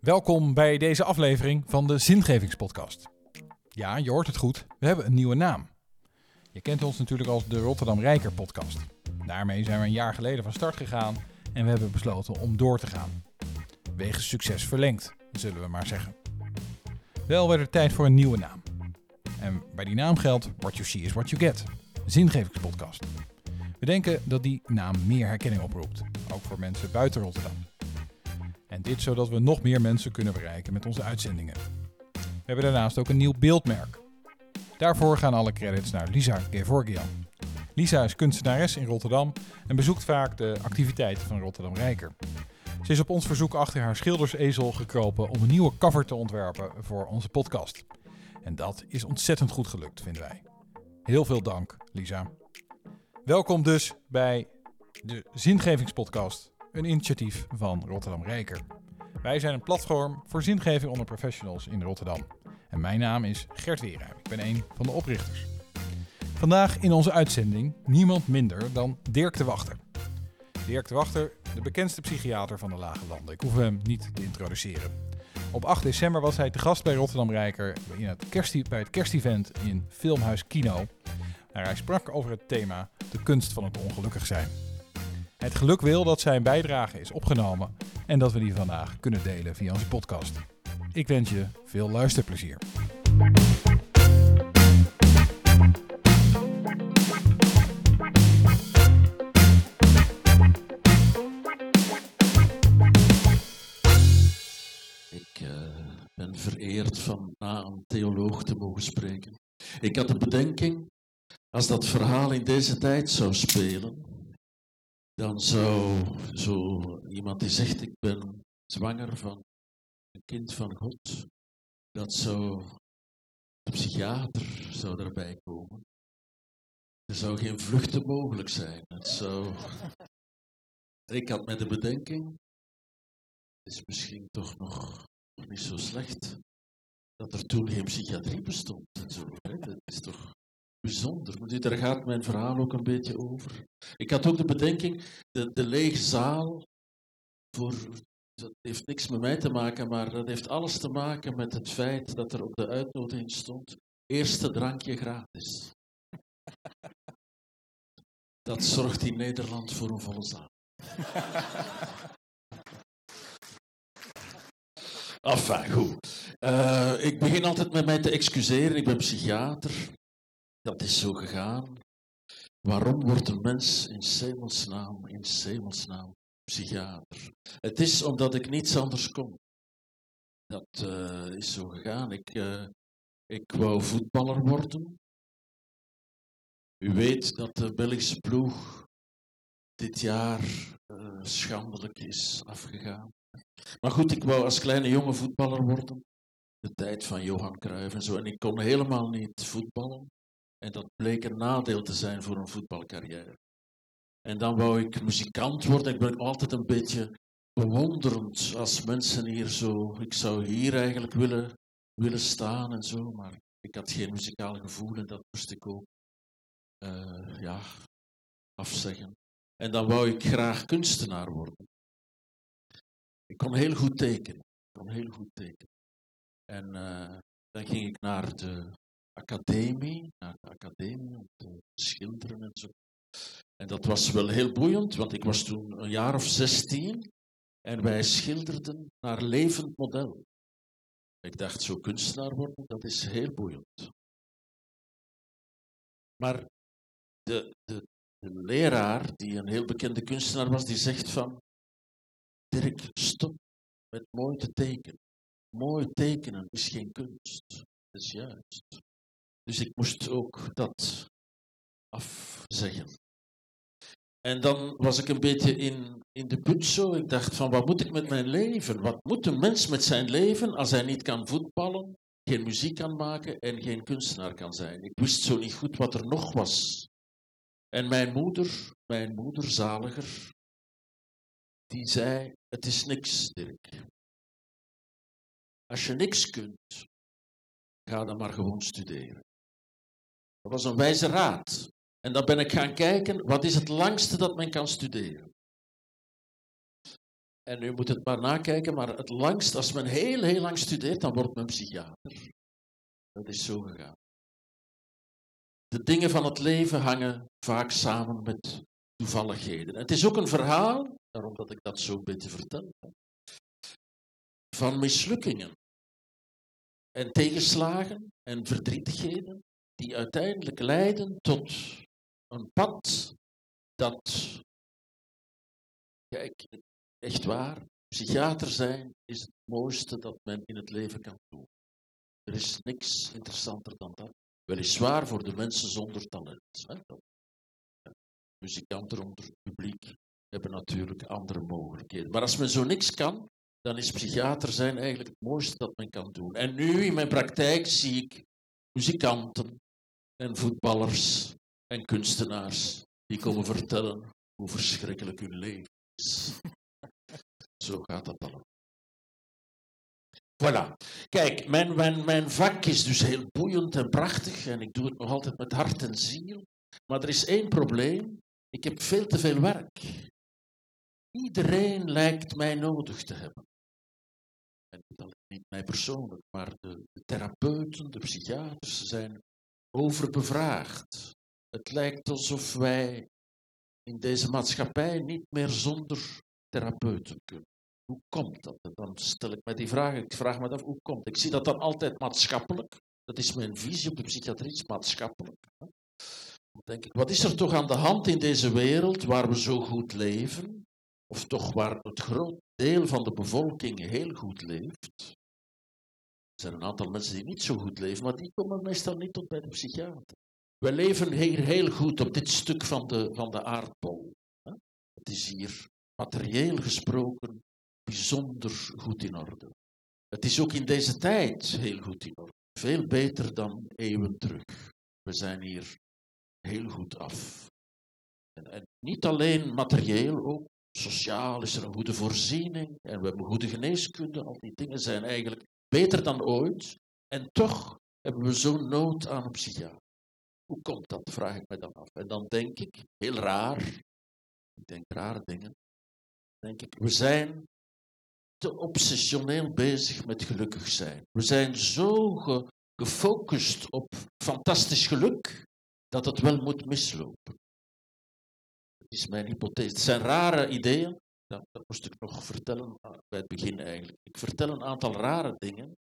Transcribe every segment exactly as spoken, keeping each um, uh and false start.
Welkom bij deze aflevering van de Zingevingspodcast. Ja, je hoort het goed, we hebben een nieuwe naam. Je kent ons natuurlijk als de Rotterdam Rijker podcast. Daarmee zijn we een jaar geleden van start gegaan en we hebben besloten om door te gaan. Wegens succes verlengd, zullen we maar zeggen. Wel werd het tijd voor een nieuwe naam. En bij die naam geldt what you see is what you get. Zingevingspodcast. We denken dat die naam meer herkenning oproept, ook voor mensen buiten Rotterdam. En dit zodat we nog meer mensen kunnen bereiken met onze uitzendingen. We hebben daarnaast ook een nieuw beeldmerk. Daarvoor gaan alle credits naar Lisa Gevorgian. Lisa is kunstenares in Rotterdam en bezoekt vaak de activiteiten van Rotterdam Rijker. Ze is op ons verzoek achter haar schildersezel gekropen om een nieuwe cover te ontwerpen voor onze podcast. En dat is ontzettend goed gelukt, vinden wij. Heel veel dank, Lisa. Welkom dus bij de Zingevingspodcast, een initiatief van Rotterdam Rijker. Wij zijn een platform voor zingeving onder professionals in Rotterdam. En mijn naam is Gert Weerhuim. Ik ben een van de oprichters. Vandaag in onze uitzending niemand minder dan Dirk de Wachter. Dirk de Wachter, de bekendste psychiater van de Lage Landen. Ik hoef hem niet te introduceren. Op acht december was hij te gast bij Rotterdam Rijker in het kerst, bij het kerstevent in Filmhuis Kino. Waar hij sprak over het thema de kunst van het ongelukkig zijn. Het geluk wil dat zijn bijdrage is opgenomen en dat we die vandaag kunnen delen via onze podcast. Ik wens je veel luisterplezier. Ik uh, ben vereerd van na een theoloog te mogen spreken. Ik had de bedenking, als dat verhaal in deze tijd zou spelen, dan zou zo iemand die zegt, ik ben zwanger van een kind van God, dat zou, de psychiater zou erbij komen. Er zou geen vluchten mogelijk zijn. Het zou... Ik had met de bedenking, het is misschien toch nog niet zo slecht, dat er toen geen psychiatrie bestond en zo. Hè? Dat is toch bijzonder. Maar daar gaat mijn verhaal ook een beetje over. Ik had ook de bedenking, de, de lege zaal, voor, dat heeft niks met mij te maken, maar dat heeft alles te maken met het feit dat er op de uitnodiging stond, eerste drankje gratis. Dat zorgt in Nederland voor een volle zaal. Enfin, goed. Uh, ik begin altijd met mij te excuseren, ik ben psychiater. Dat is zo gegaan. Waarom wordt een mens in 's hemelsnaam, in 's hemelsnaam psychiater? Het is omdat ik niets anders kon. Dat uh, is zo gegaan. Ik, uh, ik wou voetballer worden. U weet dat de Belgische ploeg dit jaar uh, schandelijk is afgegaan. Maar goed, ik wou als kleine jongen voetballer worden. De tijd van Johan Cruijff en zo. En ik kon helemaal niet voetballen. En dat bleek een nadeel te zijn voor een voetbalcarrière. En dan wou ik muzikant worden. Ik ben altijd een beetje bewonderend als mensen hier zo... Ik zou hier eigenlijk willen, willen staan en zo, maar ik had geen muzikaal gevoel en dat moest ik ook uh, ja, afzeggen. En dan wou ik graag kunstenaar worden. Ik kon heel goed tekenen. Ik kon heel goed tekenen. En uh, dan ging ik naar de... academie, naar de academie om te schilderen en zo. En dat was wel heel boeiend, want ik was toen een jaar of zestien en wij schilderden naar levend model. Ik dacht, zo kunstenaar worden, dat is heel boeiend. Maar de, de, de leraar, die een heel bekende kunstenaar was, die zegt van, Dirk, stop met mooi te tekenen. Mooi tekenen is geen kunst. Dat is juist. Dus ik moest ook dat afzeggen. En dan was ik een beetje in, in de put zo. Ik dacht van, wat moet ik met mijn leven? Wat moet een mens met zijn leven als hij niet kan voetballen, geen muziek kan maken en geen kunstenaar kan zijn? Ik wist zo niet goed wat er nog was. En mijn moeder, mijn moeder zaliger, die zei, het is niks, Dirk. Als je niks kunt, ga dan maar gewoon studeren. Dat was een wijze raad. En dan ben ik gaan kijken, wat is het langste dat men kan studeren? En u moet het maar nakijken, maar het langst, als men heel, heel lang studeert, dan wordt men psychiater. Dat is zo gegaan. De dingen van het leven hangen vaak samen met toevalligheden. Het is ook een verhaal, daarom dat ik dat zo een beetje vertel, van mislukkingen en tegenslagen en verdrietigheden die uiteindelijk leiden tot een pad dat, kijk, echt waar, psychiater zijn is het mooiste dat men in het leven kan doen. Er is niks interessanter dan dat. Weliswaar voor de mensen zonder talent. Hè? Muzikanten onder het publiek hebben natuurlijk andere mogelijkheden. Maar als men zo niks kan, dan is psychiater zijn eigenlijk het mooiste dat men kan doen. En nu in mijn praktijk zie ik muzikanten en voetballers en kunstenaars die komen vertellen hoe verschrikkelijk hun leven is. Zo gaat dat allemaal. Voilà. Kijk, mijn, mijn, mijn vak is dus heel boeiend en prachtig en ik doe het nog altijd met hart en ziel. Maar er is één probleem. Ik heb veel te veel werk. Iedereen lijkt mij nodig te hebben. En niet mij persoonlijk, maar de, de therapeuten, de psychiaters zijn overbevraagd. Het lijkt alsof wij in deze maatschappij niet meer zonder therapeuten kunnen. Hoe komt dat? Dan stel ik mij die vraag, ik vraag me af, hoe komt het? Ik zie dat dan altijd maatschappelijk. Dat is mijn visie op de psychiatrie, maatschappelijk. Dan denk ik, wat is er toch aan de hand in deze wereld waar we zo goed leven? Of toch waar het groot deel van de bevolking heel goed leeft? Er zijn een aantal mensen die niet zo goed leven, maar die komen meestal niet tot bij de psychiater. We leven hier heel goed op dit stuk van de, van de aardbol. Het is hier materieel gesproken bijzonder goed in orde. Het is ook in deze tijd heel goed in orde. Veel beter dan eeuwen terug. We zijn hier heel goed af. En, en niet alleen materieel, ook sociaal is er een goede voorziening. En we hebben goede geneeskunde. Al die dingen zijn eigenlijk beter dan ooit. En toch hebben we zo'n nood aan een psychiater. Hoe komt dat, vraag ik me dan af. En dan denk ik, heel raar, ik denk rare dingen, denk ik, we zijn te obsessioneel bezig met gelukkig zijn. We zijn zo ge, gefocust op fantastisch geluk, dat het wel moet mislopen. Dat is mijn hypothese. Het zijn rare ideeën, dat, dat moest ik nog vertellen bij het begin eigenlijk. Ik vertel een aantal rare dingen,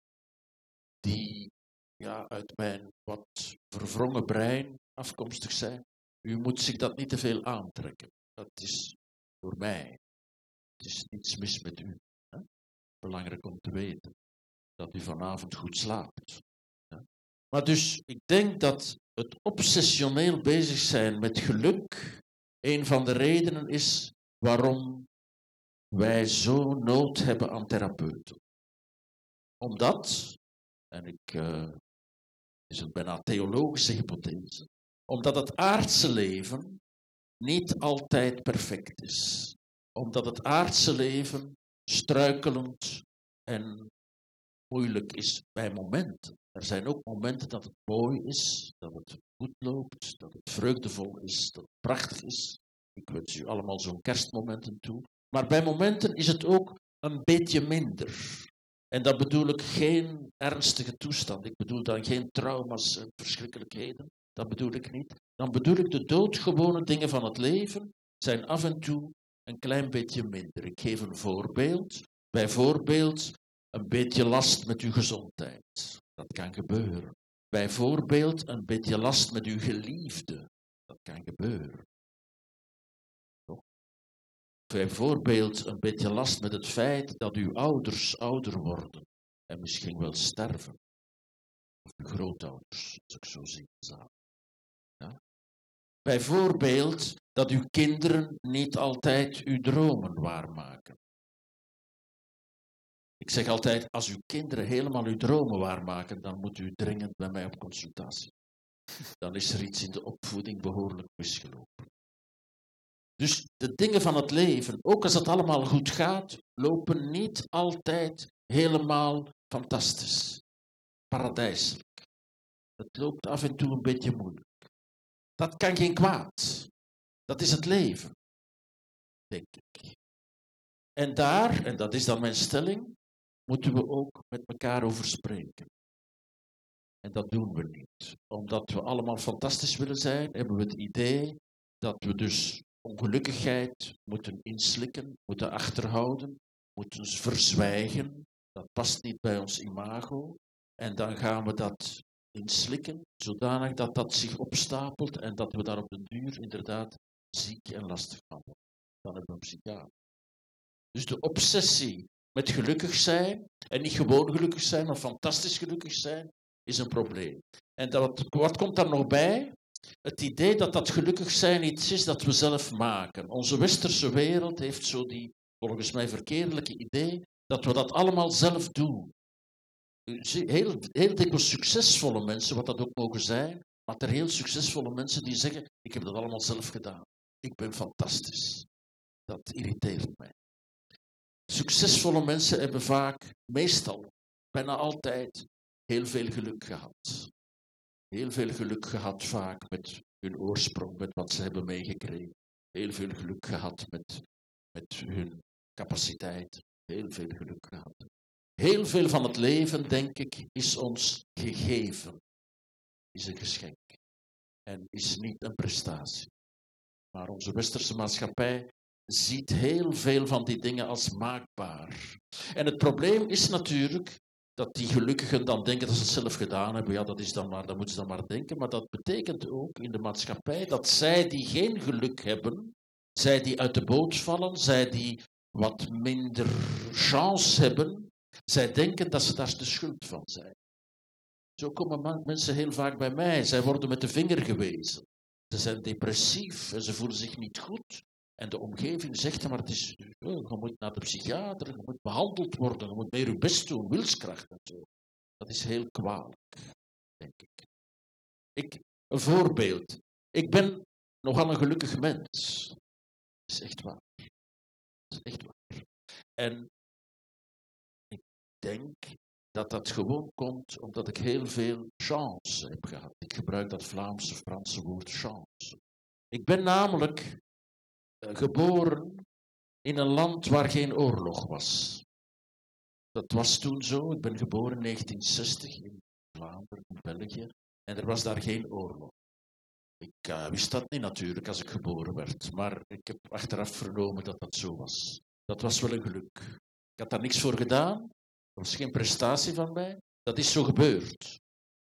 die ja, uit mijn wat verwrongen brein afkomstig zijn. U moet zich dat niet te veel aantrekken. Dat is voor mij. Het is niets mis met u. Hè? Belangrijk om te weten dat u vanavond goed slaapt. Hè? Maar dus, ik denk dat het obsessioneel bezig zijn met geluk een van de redenen is waarom wij zo nood hebben aan therapeuten. Omdat, en ik, uh, het is een bijna theologische hypothese, omdat het aardse leven niet altijd perfect is. Omdat het aardse leven struikelend en moeilijk is bij momenten. Er zijn ook momenten dat het mooi is, dat het goed loopt, dat het vreugdevol is, dat het prachtig is. Ik wens u allemaal zo'n kerstmomenten toe. Maar bij momenten is het ook een beetje minder. En dat bedoel ik geen ernstige toestand. Ik bedoel dan geen trauma's en verschrikkelijkheden. Dat bedoel ik niet. Dan bedoel ik de doodgewone dingen van het leven zijn af en toe een klein beetje minder. Ik geef een voorbeeld. Bijvoorbeeld een beetje last met uw gezondheid. Dat kan gebeuren. Bijvoorbeeld een beetje last met uw geliefde. Dat kan gebeuren. Toch? Bijvoorbeeld een beetje last met het feit dat uw ouders ouder worden en misschien wel sterven. Of uw grootouders, als ik zo zie. Ja? Bijvoorbeeld dat uw kinderen niet altijd uw dromen waarmaken. Ik zeg altijd, als uw kinderen helemaal uw dromen waarmaken, dan moet u dringend bij mij op consultatie. Dan is er iets in de opvoeding behoorlijk misgelopen. Dus de dingen van het leven, ook als het allemaal goed gaat, lopen niet altijd helemaal fantastisch, paradijselijk. Het loopt af en toe een beetje moeilijk. Dat kan geen kwaad. Dat is het leven, denk ik. En daar, en dat is dan mijn stelling, moeten we ook met elkaar over spreken. En dat doen we niet. Omdat we allemaal fantastisch willen zijn, hebben we het idee dat we dus ongelukkigheid moeten inslikken, moeten achterhouden, moeten verzwijgen. Dat past niet bij ons imago. En dan gaan we dat inslikken, zodanig dat dat zich opstapelt en dat we daar op den duur inderdaad ziek en lastig van worden. Dan hebben we een psychiater. Dus de obsessie met gelukkig zijn, en niet gewoon gelukkig zijn, maar fantastisch gelukkig zijn, is een probleem. En dat, wat komt daar nog bij? Het idee dat dat gelukkig zijn iets is dat we zelf maken. Onze westerse wereld heeft zo die, volgens mij verkeerdelijke idee, dat we dat allemaal zelf doen. Heel, heel dikwijls succesvolle mensen, wat dat ook mogen zijn, maar er heel succesvolle mensen die zeggen, ik heb dat allemaal zelf gedaan. Ik ben fantastisch. Dat irriteert mij. Succesvolle mensen hebben vaak, meestal, bijna altijd, heel veel geluk gehad. Heel veel geluk gehad vaak met hun oorsprong, met wat ze hebben meegekregen. Heel veel geluk gehad met, met hun capaciteit. Heel veel geluk gehad. Heel veel van het leven, denk ik, is ons gegeven. Is een geschenk. En is niet een prestatie. Maar onze westerse maatschappij ziet heel veel van die dingen als maakbaar. En het probleem is natuurlijk dat die gelukkigen dan denken dat ze het zelf gedaan hebben. Ja, dat is dan maar, dat moeten ze dan maar denken. Maar dat betekent ook in de maatschappij dat zij die geen geluk hebben, zij die uit de boot vallen, zij die wat minder chance hebben, zij denken dat ze daar de schuld van zijn. Zo komen mensen heel vaak bij mij. Zij worden met de vinger gewezen. Ze zijn depressief en ze voelen zich niet goed. En de omgeving zegt, maar het is, je moet naar de psychiater, je moet behandeld worden, je moet meer je best doen, wilskracht en zo. Dat is heel kwalijk, denk ik. ik. Een voorbeeld. Ik ben nogal een gelukkig mens. Dat is echt waar. Dat is echt waar. En ik denk dat dat gewoon komt omdat ik heel veel chance heb gehad. Ik gebruik dat Vlaamse, Franse woord chance. Ik ben namelijk geboren in een land waar geen oorlog was. Dat was toen zo. Ik ben geboren in negentien zestig in Vlaanderen, in België. En er was daar geen oorlog. Ik uh, wist dat niet natuurlijk als ik geboren werd. Maar ik heb achteraf vernomen dat dat zo was. Dat was wel een geluk. Ik had daar niks voor gedaan. Dat was geen prestatie van mij. Dat is zo gebeurd.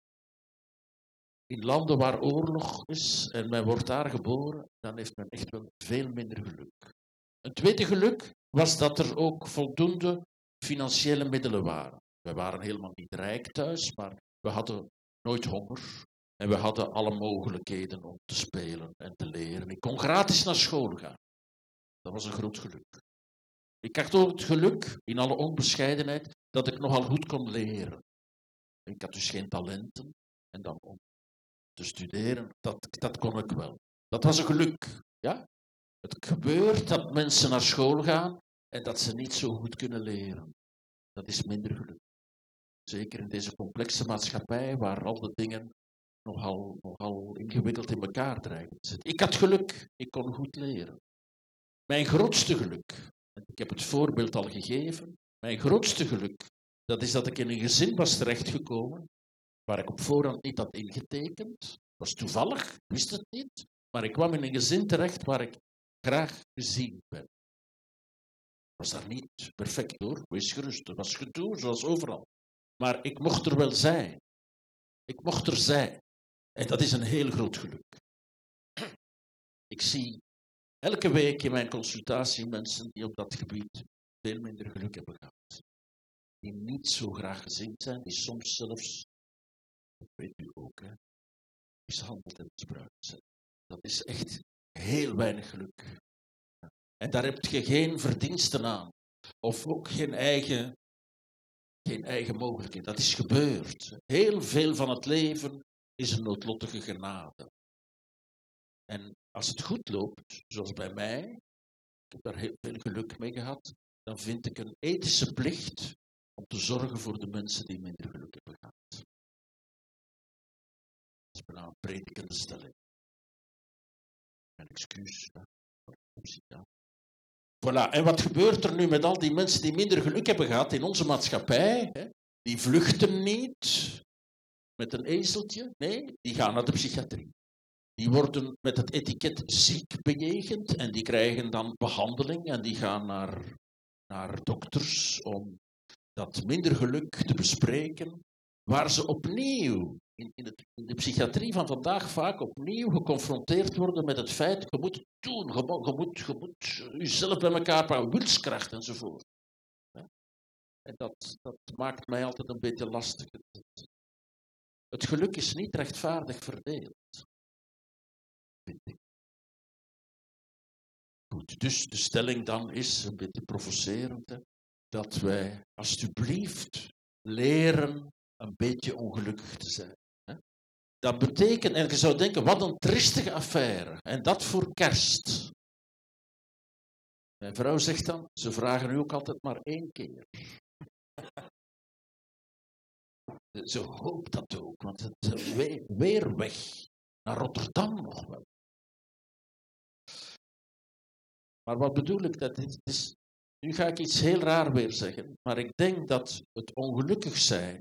In landen waar oorlog is en men wordt daar geboren, dan heeft men echt wel veel minder geluk. Een tweede geluk was dat er ook voldoende financiële middelen waren. We waren helemaal niet rijk thuis, maar we hadden nooit honger. En we hadden alle mogelijkheden om te spelen en te leren. Ik kon gratis naar school gaan. Dat was een groot geluk. Ik had ook het geluk, in alle onbescheidenheid, dat ik nogal goed kon leren. Ik had dus geen talenten. En dan om te studeren, dat, dat kon ik wel. Dat was een geluk. Ja? Het gebeurt dat mensen naar school gaan en dat ze niet zo goed kunnen leren. Dat is minder geluk. Zeker in deze complexe maatschappij waar al de dingen nogal, nogal ingewikkeld in elkaar dreigen te zitten. Ik had geluk, ik kon goed leren. Mijn grootste geluk, en ik heb het voorbeeld al gegeven, mijn grootste geluk, dat is dat ik in een gezin was terechtgekomen waar ik op voorhand niet had ingetekend. Dat was toevallig, ik wist het niet, maar ik kwam in een gezin terecht waar ik graag gezien ben. Ik was daar niet perfect hoor, wees gerust. Er was gedoe, zoals overal. Maar ik mocht er wel zijn. Ik mocht er zijn. En dat is een heel groot geluk. Ik zie elke week in mijn consultatie mensen die op dat gebied veel minder geluk hebben gehad. Die niet zo graag gezien zijn, die soms zelfs, dat weet u ook, hè, mishandeld en misbruikt zijn. Dat is echt heel weinig geluk. En daar heb je geen verdiensten aan. Of ook geen eigen, geen eigen mogelijkheid. Dat is gebeurd. Heel veel van het leven is een noodlottige genade. En als het goed loopt, zoals bij mij, ik heb daar heel veel geluk mee gehad, dan vind ik een ethische plicht om te zorgen voor de mensen die minder geluk hebben gehad. Dat is bijna een predikende stelling. Mijn excuus. Ja. Voilà. En wat gebeurt er nu met al die mensen die minder geluk hebben gehad in onze maatschappij? Hè? Die vluchten niet met een ezeltje, nee, die gaan naar de psychiatrie. Die worden met het etiket ziek bejegend en die krijgen dan behandeling en die gaan naar, naar dokters om dat minder geluk te bespreken, waar ze opnieuw in, in, het, in de psychiatrie van vandaag vaak opnieuw geconfronteerd worden met het feit je moet het doen, je moet, je moet, je moet jezelf bij elkaar pakken, wilskracht enzovoort. En dat, dat maakt mij altijd een beetje lastig. Het geluk is niet rechtvaardig verdeeld, vind ik. Goed, dus de stelling dan is, een beetje provocerend, hè, dat wij alsjeblieft leren een beetje ongelukkig te zijn. Hè. Dat betekent, en je zou denken, wat een triestige affaire. En dat voor kerst. Mijn vrouw zegt dan, ze vragen u ook altijd maar één keer. Ze hoopt dat ook, want het is weer, weer weg. Naar Rotterdam nog wel. Maar wat bedoel ik? Dat het is, nu ga ik iets heel raar weer zeggen, maar ik denk dat het ongelukkig zijn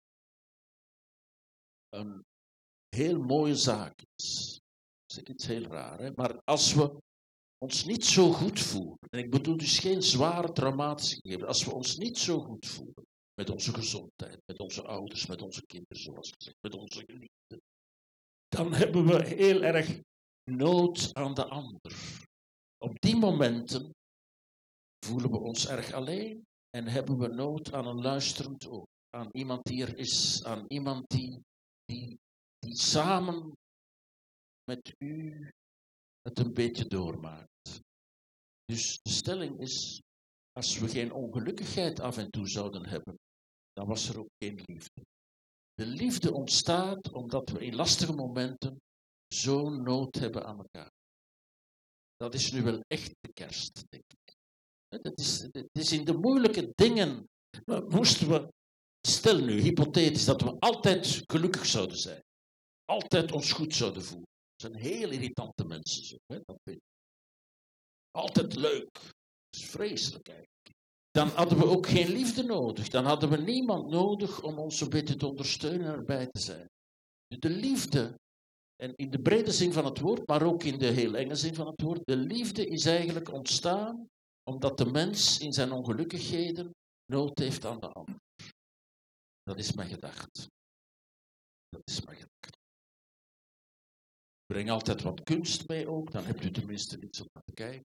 een heel mooie zaak is. Dat is iets heel raar, hè? Maar als we ons niet zo goed voelen, en ik bedoel dus geen zware traumatische gegevens, als we ons niet zo goed voelen met onze gezondheid, met onze ouders, met onze kinderen, zoals gezegd, met onze geliefden, dan hebben we heel erg nood aan de ander. Op die momenten voelen we ons erg alleen en hebben we nood aan een luisterend oor, aan iemand die er is, aan iemand die, die, die samen met u het een beetje doormaakt. Dus de stelling is, als we geen ongelukkigheid af en toe zouden hebben, dan was er ook geen liefde. De liefde ontstaat omdat we in lastige momenten zo'n nood hebben aan elkaar. Dat is nu wel echt de kerst, denk ik. Het is, het is in de moeilijke dingen, moesten we, stel nu, hypothetisch, dat we altijd gelukkig zouden zijn. Altijd ons goed zouden voelen. Dat zijn heel irritante mensen, zo, hè, dat weet ik. Altijd leuk. Dat is vreselijk eigenlijk. Dan hadden we ook geen liefde nodig. Dan hadden we niemand nodig om ons een beetje te ondersteunen en erbij te zijn. De liefde, en in de brede zin van het woord, maar ook in de heel enge zin van het woord, de liefde is eigenlijk ontstaan omdat de mens in zijn ongelukkigheden nood heeft aan de ander. Dat is mijn gedachte. Dat is mijn gedachte. Ik breng altijd wat kunst mee ook, dan hebt u tenminste iets om te kijken.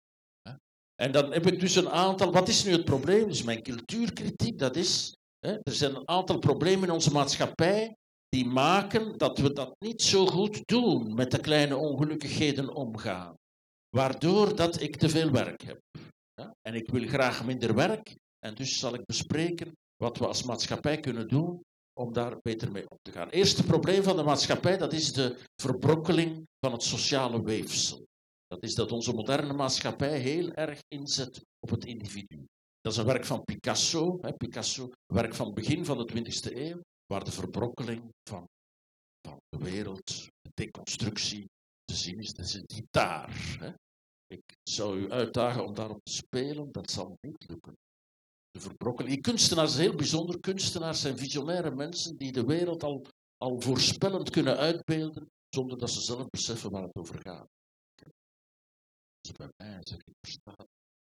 En dan heb ik dus een aantal, wat is nu het probleem? Dus mijn cultuurkritiek, dat is, hè, er zijn een aantal problemen in onze maatschappij die maken dat we dat niet zo goed doen, met de kleine ongelukkigheden omgaan. Waardoor dat ik te veel werk heb. Ja? En ik wil graag minder werk, en dus zal ik bespreken wat we als maatschappij kunnen doen om daar beter mee om te gaan. Het eerste probleem van de maatschappij, dat is de verbrokkeling van het sociale weefsel. Dat is dat onze moderne maatschappij heel erg inzet op het individu. Dat is een werk van Picasso, hè, Picasso, een werk van het begin van de twintigste eeuw, waar de verbrokkeling van, van de wereld, de deconstructie te zien is. Dat is een gitaar. Hè. Ik zou u uitdagen om daarop te spelen, dat zal niet lukken. De verbrokkeling. Die kunstenaars zijn heel bijzonder. Kunstenaars zijn visionaire mensen die de wereld al, al voorspellend kunnen uitbeelden, zonder dat ze zelf beseffen waar het over gaat. Dat is bij mij, zeg ik verstaan.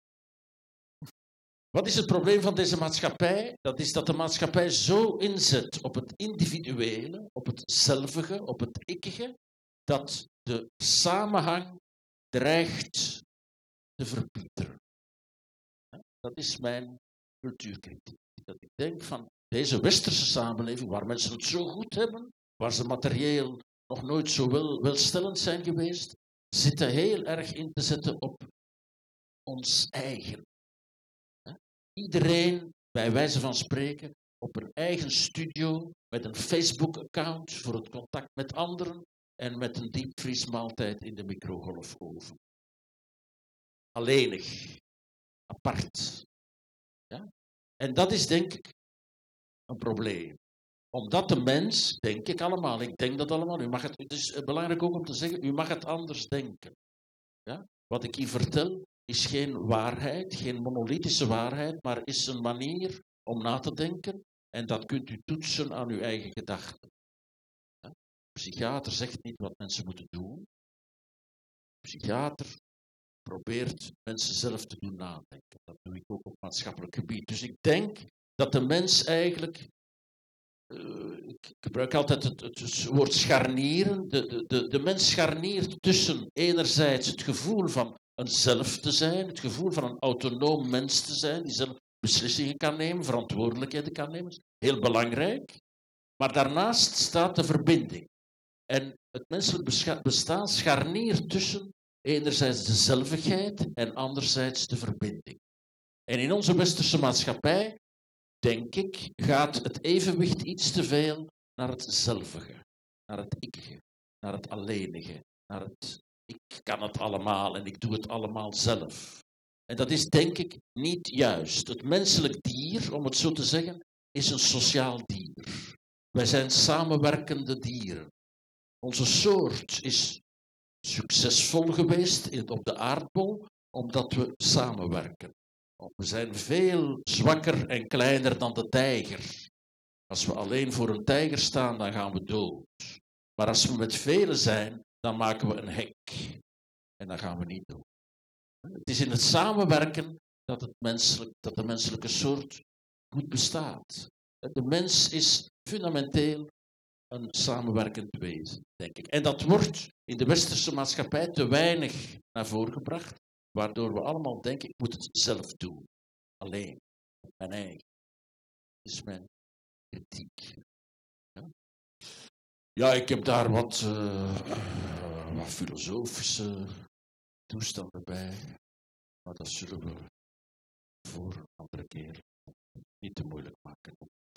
Wat is het probleem van deze maatschappij? Dat is dat de maatschappij zo inzet op het individuele, op het zelvige, op het ikkige, dat de samenhang dreigt te verpieteren. Dat is mijn cultuurkritiek. Dat ik denk van deze westerse samenleving, waar mensen het zo goed hebben, waar ze materieel nog nooit zo wel, welstellend zijn geweest, zitten heel erg in te zetten op ons eigen. Iedereen, bij wijze van spreken, op een eigen studio, met een Facebook-account voor het contact met anderen en met een diepvriesmaaltijd in de microgolfoven. Alleenig, apart. Ja? En dat is denk ik een probleem. Omdat de mens, denk ik allemaal, ik denk dat allemaal, u mag het, het is belangrijk ook om te zeggen, u mag het anders denken. Ja? Wat ik hier vertel, is geen waarheid, geen monolithische waarheid, maar is een manier om na te denken en dat kunt u toetsen aan uw eigen gedachten. Een psychiater zegt niet wat mensen moeten doen. Een psychiater probeert mensen zelf te doen nadenken. Dat doe ik ook op maatschappelijk gebied. Dus ik denk dat de mens eigenlijk, uh, ik gebruik altijd het, het woord scharnieren, de, de, de, de mens scharniert tussen enerzijds het gevoel van een zelf te zijn, het gevoel van een autonoom mens te zijn, die zelf beslissingen kan nemen, verantwoordelijkheden kan nemen. Heel belangrijk. Maar daarnaast staat de verbinding. En het menselijk bestaan scharniert tussen enerzijds de zelvigheid en anderzijds de verbinding. En in onze westerse maatschappij, denk ik, gaat het evenwicht iets te veel naar het zelvige, naar het ikke, naar het alleenige, naar het ik kan het allemaal en ik doe het allemaal zelf. En dat is denk ik niet juist. Het menselijk dier, om het zo te zeggen, is een sociaal dier. Wij zijn samenwerkende dieren. Onze soort is succesvol geweest op de aardbol, omdat we samenwerken. We zijn veel zwakker en kleiner dan de tijger. Als we alleen voor een tijger staan, dan gaan we dood. Maar als we met velen zijn, dan maken we een hek. En dan gaan we niet dood. Het is in het samenwerken dat, het menselijk, dat de menselijke soort goed bestaat. De mens is fundamenteel een samenwerkend wezen, denk ik. En dat wordt in de westerse maatschappij te weinig naar voren gebracht, waardoor we allemaal denken, ik moet het zelf doen. Alleen, op mijn eigen. Dat is mijn kritiek. Ja, ja ik heb daar wat, uh, uh, wat filosofische toestanden bij, maar dat zullen we voor een andere keer niet te moeilijk maken.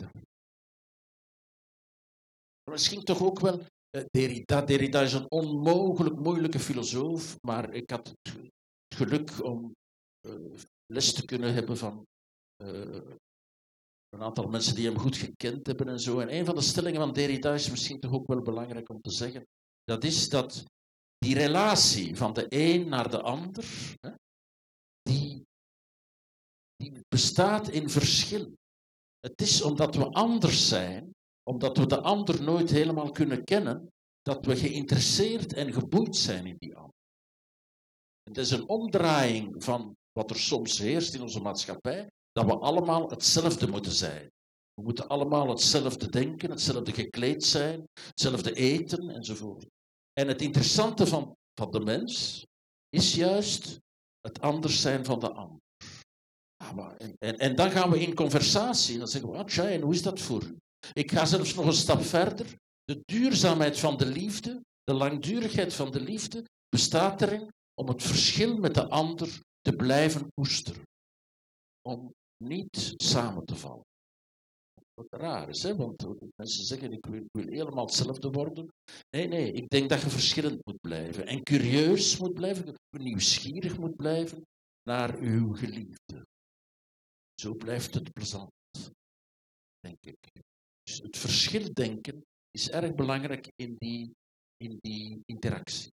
Misschien toch ook wel uh, Derrida. Derrida is een onmogelijk moeilijke filosoof, maar ik had het geluk om uh, les te kunnen hebben van uh, een aantal mensen die hem goed gekend hebben en zo. En een van de stellingen van Derrida is misschien toch ook wel belangrijk om te zeggen. Dat is dat die relatie van de een naar de ander, hè, die, die bestaat in verschil. Het is omdat we anders zijn, omdat we de ander nooit helemaal kunnen kennen, dat we geïnteresseerd en geboeid zijn in die ander. Het is een omdraaiing van wat er soms heerst in onze maatschappij, dat we allemaal hetzelfde moeten zijn. We moeten allemaal hetzelfde denken, hetzelfde gekleed zijn, hetzelfde eten enzovoort. En het interessante van, van de mens is juist het anders zijn van de ander. Ah, maar, en, en, en dan gaan we in conversatie en dan zeggen we, ah, tja, en hoe is dat voor u? Ik ga zelfs nog een stap verder. De duurzaamheid van de liefde, de langdurigheid van de liefde, bestaat erin om het verschil met de ander te blijven koesteren. Om niet samen te vallen. Wat raar is, hè? Want mensen zeggen, ik wil, ik wil helemaal hetzelfde worden. Nee, nee, ik denk dat je verschillend moet blijven. En curieus moet blijven, nieuwsgierig moet blijven naar uw geliefde. Zo blijft het plezant, denk ik. Dus het verschil denken is erg belangrijk in die, in die interactie.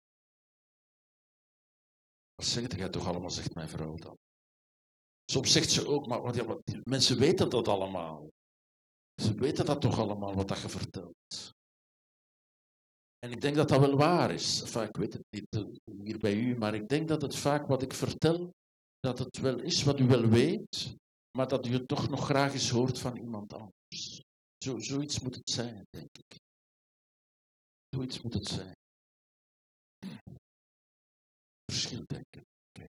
Wat zegt jij toch allemaal, zegt mijn vrouw dan. Soms zegt ze ook, maar wat, ja, wat, mensen weten dat allemaal. Ze weten dat toch allemaal, wat dat je vertelt. En ik denk dat dat wel waar is. Enfin, ik weet het niet hier bij u, maar ik denk dat het vaak wat ik vertel, dat het wel is wat u wel weet, maar dat u het toch nog graag eens hoort van iemand anders. Zo, zoiets moet het zijn, denk ik. Zoiets moet het zijn. Verschil denken. Okay.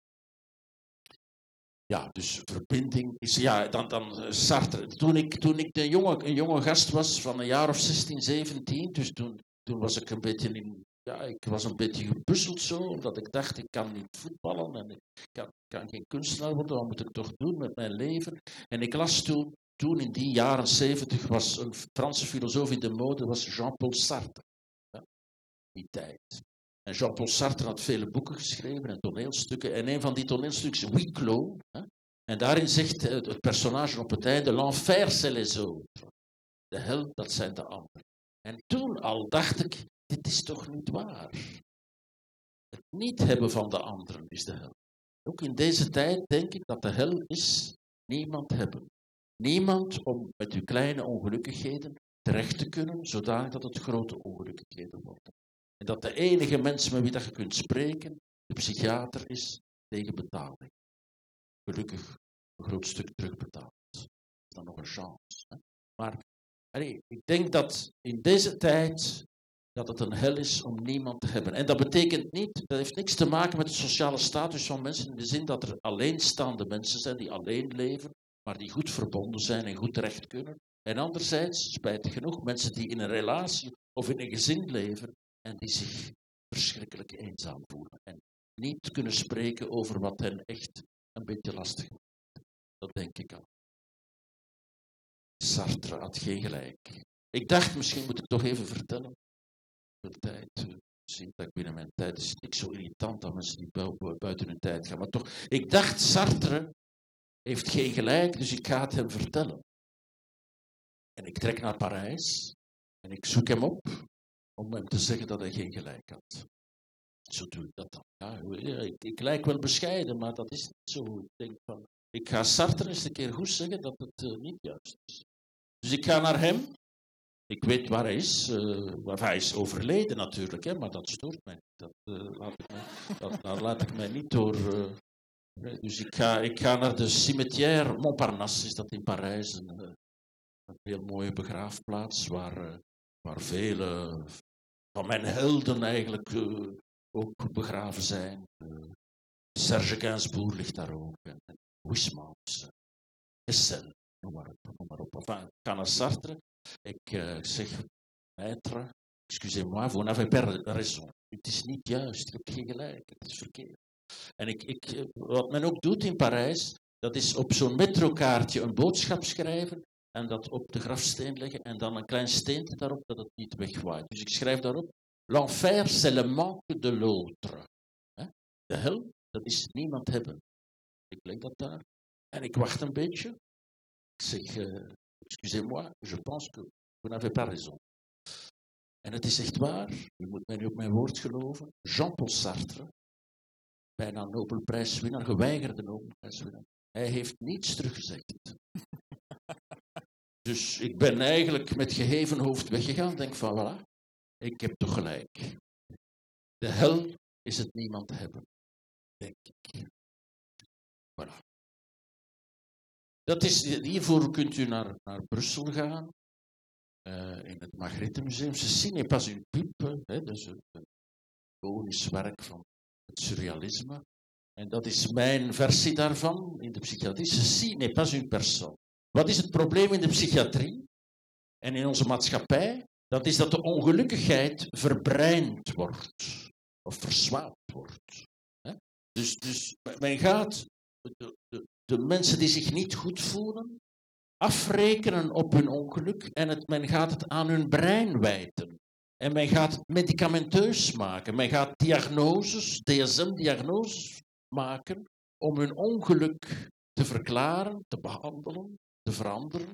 Ja, dus verbinding is... Ja, dan, dan Sartre. Toen ik, toen ik een, jonge, een jonge gast was van een jaar of zestien, zeventien, dus toen, toen was ik een beetje in... Ja, ik was een beetje gepuzzeld zo, omdat ik dacht, ik kan niet voetballen en ik kan, kan geen kunstenaar worden, wat moet ik toch doen met mijn leven? En ik las toen, toen in die jaren zeventig was een Franse filosoof in de mode, was Jean-Paul Sartre. Ja, die tijd. En Jean-Paul Sartre had vele boeken geschreven en toneelstukken. En een van die toneelstukken is Huis Clos. Hè? En daarin zegt het personage op het einde, l'enfer c'est les autres. De hel, dat zijn de anderen. En toen al dacht ik, dit is toch niet waar. Het niet hebben van de anderen is de hel. Ook in deze tijd denk ik dat de hel is niemand hebben. Niemand om met uw kleine ongelukkigheden terecht te kunnen, zodanig dat het grote ongelukkigheden worden. En dat de enige mens met wie dat je kunt spreken, de psychiater is tegen betaling. Gelukkig een groot stuk terugbetaald. Dat is dan nog een chance. Hè? Maar allee, ik denk dat in deze tijd dat het een hel is om niemand te hebben. En dat betekent niet, dat heeft niks te maken met de sociale status van mensen, in de zin dat er alleenstaande mensen zijn die alleen leven, maar die goed verbonden zijn en goed terecht kunnen. En anderzijds, spijtig genoeg, mensen die in een relatie of in een gezin leven en die zich verschrikkelijk eenzaam voelen. En niet kunnen spreken over wat hen echt een beetje lastig maakt. Dat denk ik al. Sartre had geen gelijk. Ik dacht, misschien moet ik toch even vertellen. De tijd. Zie dat ik binnen mijn tijd is niks zo irritant dat mensen die bu- buiten hun tijd gaan. Maar toch, ik dacht, Sartre heeft geen gelijk, dus ik ga het hem vertellen. En ik trek naar Parijs en ik zoek hem op om hem te zeggen dat hij geen gelijk had. Zo doe ik dat dan. Ja, ik, ik lijk wel bescheiden, maar dat is niet zo. Ik denk van, ik ga Sartre eens een keer goed zeggen dat het uh, niet juist is. Dus ik ga naar hem. Ik weet waar hij is. Uh, hij is overleden natuurlijk, hè, maar dat stoort mij niet. Dat, uh, laat, ik mij, dat, daar laat ik mij niet door... Uh, dus ik ga, ik ga naar de cimetière Montparnasse, is dat in Parijs. Een, uh, een heel mooie begraafplaats waar, uh, waar vele van mijn helden eigenlijk uh, ook begraven zijn. Uh, Serge Gainsbourg ligt daar ook. En, en Huysmans, uh, Essel, noem maar op. Noem maar op. Enfin, ik ga naar Sartre. Ik uh, zeg, maître, excusez-moi, vous n'avez pas raison. Het is niet juist, je hebt geen gelijk, het is verkeerd. En ik, ik, wat men ook doet in Parijs, dat is op zo'n metrokaartje een boodschap schrijven en dat op de grafsteen leggen en dan een klein steentje daarop dat het niet wegwaait. Dus ik schrijf daarop, l'enfer c'est le manque de l'autre. De hel, dat is niemand hebben. Ik leg dat daar en ik wacht een beetje. Ik zeg... Uh, Excusez-moi, je pense que vous n'avez pas raison. En het is echt waar, je moet mij nu op mijn woord geloven. Jean-Paul Sartre, bijna Nobelprijswinnaar, geweigerde Nobelprijswinnaar, hij heeft niets teruggezegd. Dus ik ben eigenlijk met geheven hoofd weggegaan, denk van voilà, ik heb toch gelijk. De hel is het niemand hebben, denk ik. Voilà. Dat is, hiervoor kunt u naar, naar Brussel gaan, uh, in het Magritte Museum. Ceci n'est pas une pipe, hè, dus een iconisch werk van het surrealisme. En dat is mijn versie daarvan in de psychiatrie. Ceci n'est pas une personne. Wat is het probleem in de psychiatrie en in onze maatschappij? Dat is dat de ongelukkigheid verbreind wordt, of verswaapt wordt. Hè? Dus, dus men gaat... De, de, De mensen die zich niet goed voelen, afrekenen op hun ongeluk en het, men gaat het aan hun brein wijten. En men gaat het medicamenteus maken. Men gaat diagnoses, D S M-diagnoses maken om hun ongeluk te verklaren, te behandelen, te veranderen.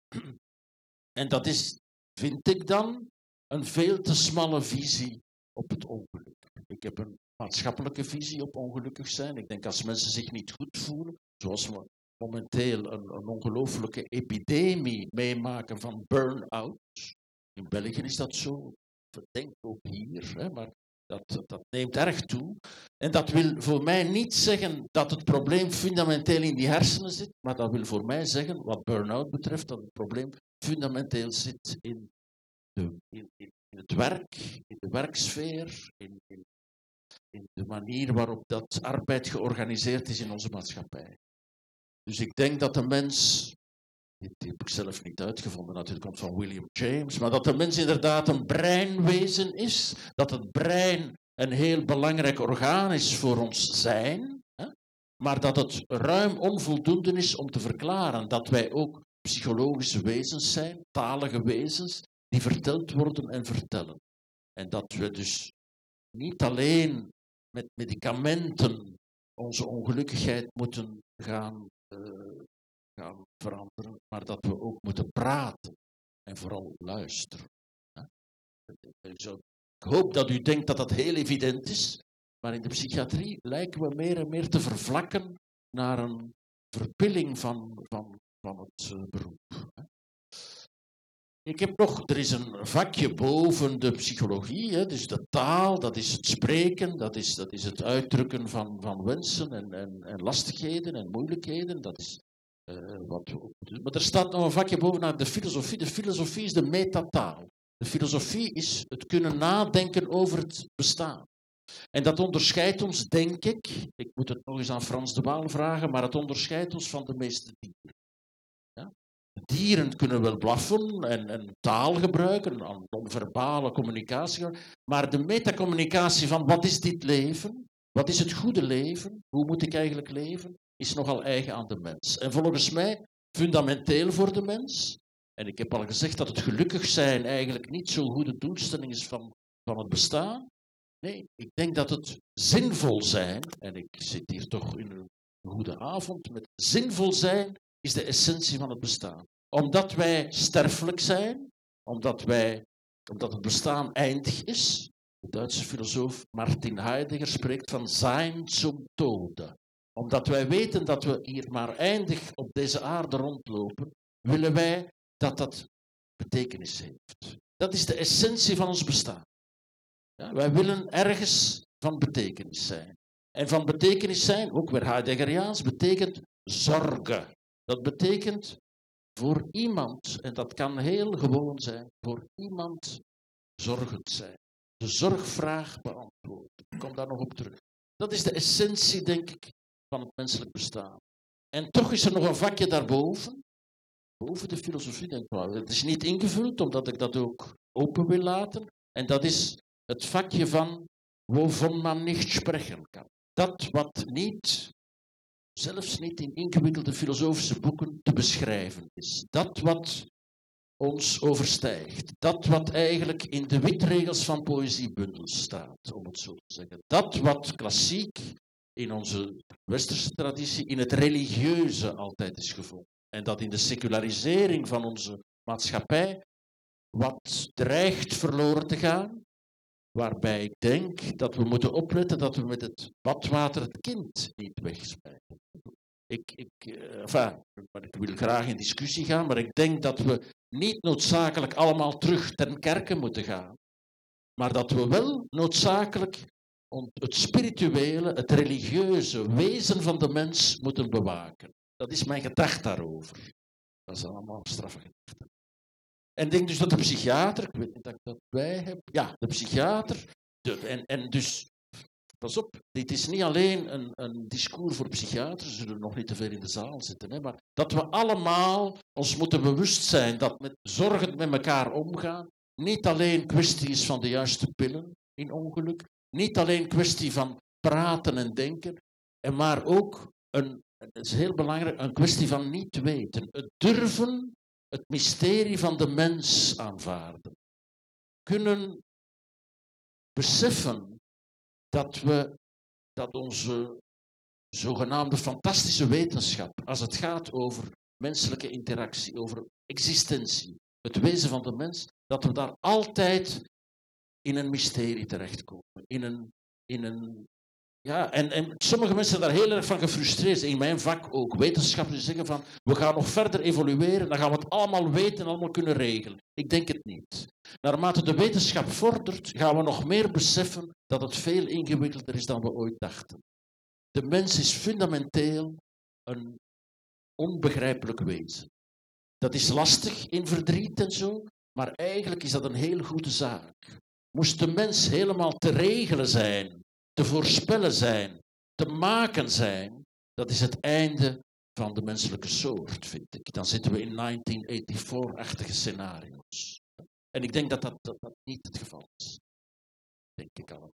En dat is, vind ik dan, een veel te smalle visie op het ongeluk. Ik heb een maatschappelijke visie op ongelukkig zijn. Ik denk als mensen zich niet goed voelen, zoals we momenteel een, een ongelooflijke epidemie meemaken van burn-out. In België is dat zo. Ik denk ook hier, hè, maar dat, dat neemt erg toe. En dat wil voor mij niet zeggen dat het probleem fundamenteel in die hersenen zit, maar dat wil voor mij zeggen, wat burn-out betreft, dat het probleem fundamenteel zit in, de, in, in het werk, in de werksfeer, in, in, in de manier waarop dat arbeid georganiseerd is in onze maatschappij. Dus ik denk dat de mens, dit heb ik zelf niet uitgevonden, natuurlijk komt van William James, maar dat de mens inderdaad een breinwezen is, dat het brein een heel belangrijk orgaan is voor ons zijn, hè? Maar dat het ruim onvoldoende is om te verklaren dat wij ook psychologische wezens zijn, talige wezens, die verteld worden en vertellen. En dat we dus niet alleen met medicamenten onze ongelukkigheid moeten gaan, uh, gaan veranderen, maar dat we ook moeten praten en vooral luisteren. Ik hoop dat u denkt dat dat heel evident is, Maar in de psychiatrie lijken we meer en meer te vervlakken naar een verpilling van, van, van het uh, beroep. Ik heb nog, er is een vakje boven de psychologie, hè, dus de taal, dat is het spreken, dat is, dat is het uitdrukken van, van wensen en, en, en lastigheden en moeilijkheden. Dat is, uh, wat, maar er staat nog een vakje bovenaan de filosofie. De filosofie is de metataal. De filosofie is het kunnen nadenken over het bestaan. En dat onderscheidt ons, denk ik, ik moet het nog eens aan Frans de Waal vragen, maar het onderscheidt ons van de meeste dieren. Ja? Dieren kunnen wel blaffen en, en taal gebruiken, een non-verbale communicatie, maar de metacommunicatie van wat is dit leven, wat is het goede leven, hoe moet ik eigenlijk leven, is nogal eigen aan de mens. En volgens mij fundamenteel voor de mens. En ik heb al gezegd dat het gelukkig zijn eigenlijk niet zo'n goede doelstelling is van, van het bestaan. Nee, ik denk dat het zinvol zijn, en ik zit hier toch in een goede avond, met zinvol zijn is de essentie van het bestaan. Omdat wij sterfelijk zijn, omdat, wij, omdat het bestaan eindig is. De Duitse filosoof Martin Heidegger spreekt van zijn zum Tode. Omdat wij weten dat we hier maar eindig op deze aarde rondlopen, willen wij dat dat betekenis heeft. Dat is de essentie van ons bestaan. Ja, wij willen ergens van betekenis zijn. En van betekenis zijn, ook weer Heideggeriaans, betekent zorgen. Dat betekent voor iemand, en dat kan heel gewoon zijn, voor iemand zorgend zijn. De zorgvraag beantwoorden. Ik kom daar nog op terug. Dat is de essentie, denk ik, van het menselijk bestaan. En toch is er nog een vakje daarboven, boven de filosofie, denk ik wel. Het is niet ingevuld, omdat ik dat ook open wil laten. En dat is het vakje van wovon man niet spreken kan. Dat wat niet, zelfs niet in ingewikkelde filosofische boeken te beschrijven is. Dat wat ons overstijgt. Dat wat eigenlijk in de witregels van poëziebundels staat, om het zo te zeggen. Dat wat klassiek in onze westerse traditie in het religieuze altijd is gevonden. En dat in de secularisering van onze maatschappij wat dreigt verloren te gaan. Waarbij ik denk dat we moeten opletten dat we met het badwater het kind niet wegsmijten. Ik, ik, uh, enfin, ik wil graag in discussie gaan, maar ik denk dat we niet noodzakelijk allemaal terug ten kerke moeten gaan. Maar dat we wel noodzakelijk het spirituele, het religieuze wezen van de mens moeten bewaken. Dat is mijn gedachte daarover. Dat zijn allemaal straffe gedachten. En ik denk dus dat de psychiater, ik weet niet dat ik dat bij heb, ja, de psychiater, de, en, en dus, pas op, dit is niet alleen een, een discours voor psychiaters, ze zullen nog niet te ver in de zaal zitten, hè, maar dat we allemaal ons moeten bewust zijn dat met zorgend met elkaar omgaan niet alleen kwestie is van de juiste pillen in ongeluk, niet alleen kwestie van praten en denken, en maar ook, een, het is heel belangrijk, een kwestie van niet weten, het durven het mysterie van de mens aanvaarden. Kunnen beseffen dat we, dat onze zogenaamde fantastische wetenschap, als het gaat over menselijke interactie, over existentie, het wezen van de mens, dat we daar altijd in een mysterie terechtkomen. In een, in een Ja, en, en sommige mensen zijn daar heel erg van gefrustreerd. In mijn vak ook. Wetenschappers zeggen van, we gaan nog verder evolueren, dan gaan we het allemaal weten en allemaal kunnen regelen. Ik denk het niet. Naarmate de wetenschap vordert, gaan we nog meer beseffen dat het veel ingewikkelder is dan we ooit dachten. De mens is fundamenteel een onbegrijpelijk wezen. Dat is lastig in verdriet en zo, maar eigenlijk is dat een heel goede zaak. Moest de mens helemaal te regelen zijn, te voorspellen zijn, te maken zijn, dat is het einde van de menselijke soort, vind ik. Dan zitten we in negentien vierennegentig-achtige scenario's. En ik denk dat dat, dat dat niet het geval is. Denk ik al.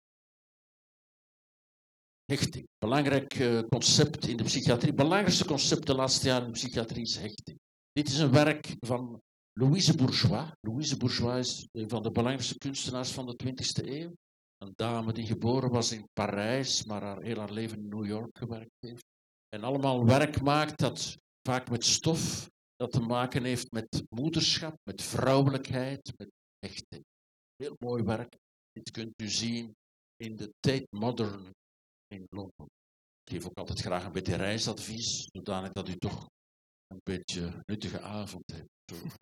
Hechting. Belangrijk uh, concept in de psychiatrie. Het belangrijkste concept de laatste jaren in de psychiatrie is hechting. Dit is een werk van Louise Bourgeois. Louise Bourgeois is een van de belangrijkste kunstenaars van de twintigste eeuw. Een dame die geboren was in Parijs, maar haar heel haar leven in New York gewerkt heeft. En allemaal werk maakt dat vaak met stof, dat te maken heeft met moederschap, met vrouwelijkheid, met hechting. Heel mooi werk. Dit kunt u zien in de Tate Modern in Londen. Ik geef ook altijd graag een beetje reisadvies, zodanig dat u toch een beetje nuttige avond hebt. Zo, hè.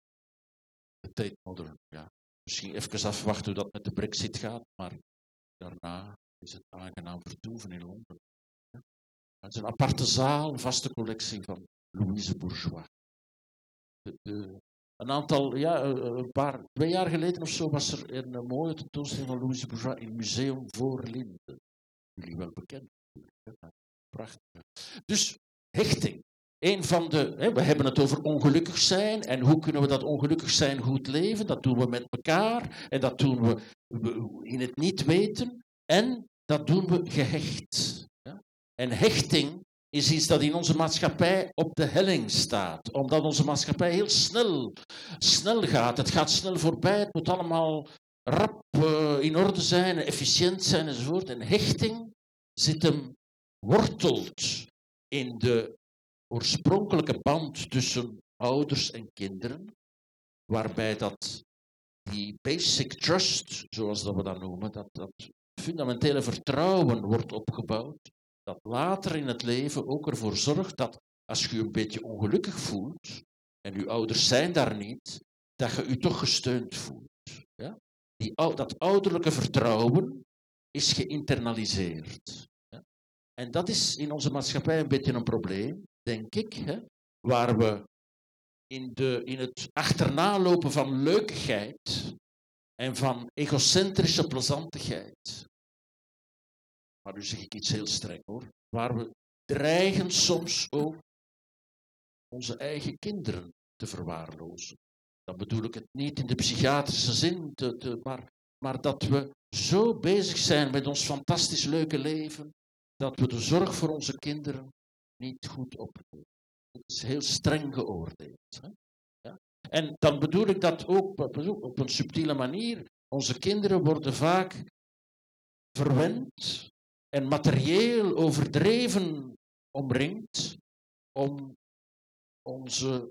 De Tate Modern, ja. Misschien even afwachten hoe dat met de Brexit gaat, maar daarna is het aangenaam vertoeven in Londen. Ja. Het is een aparte zaal, een vaste collectie van Louise Bourgeois. De, de, een aantal, ja, een paar, twee jaar geleden of zo was er een mooie tentoonstelling van Louise Bourgeois in het Museum Voorlinden. Jullie wel bekend. Ja, prachtig. Dus hechting. Een van de, hè, we hebben het over ongelukkig zijn en hoe kunnen we dat ongelukkig zijn goed leven? Dat doen we met elkaar en dat doen we in het niet weten en dat doen we gehecht. Ja? En hechting is iets dat in onze maatschappij op de helling staat, omdat onze maatschappij heel snel, snel gaat. Het gaat snel voorbij, het moet allemaal rap uh, in orde zijn, efficiënt zijn enzovoort. En hechting zit hem wortelt in de oorspronkelijke band tussen ouders en kinderen, waarbij dat die basic trust, zoals dat we dat noemen, dat, dat fundamentele vertrouwen wordt opgebouwd, dat later in het leven ook ervoor zorgt dat als je je een beetje ongelukkig voelt, en je ouders zijn daar niet, dat je je toch gesteund voelt. Ja? Die, dat ouderlijke vertrouwen is geïnternaliseerd. Ja? En dat is in onze maatschappij een beetje een probleem, denk ik, hè? Waar we in, de, in het achterna lopen van leukigheid en van egocentrische plezantigheid, maar nu zeg ik iets heel streng hoor, waar we dreigen soms ook onze eigen kinderen te verwaarlozen. Dan bedoel ik het niet in de psychiatrische zin, te, te, maar, maar dat we zo bezig zijn met ons fantastisch leuke leven, dat we de zorg voor onze kinderen niet goed opnemen. Het is heel streng geoordeeld. Hè? Ja? En dan bedoel ik dat ook op een subtiele manier. Onze kinderen worden vaak verwend en materieel overdreven omringd om onze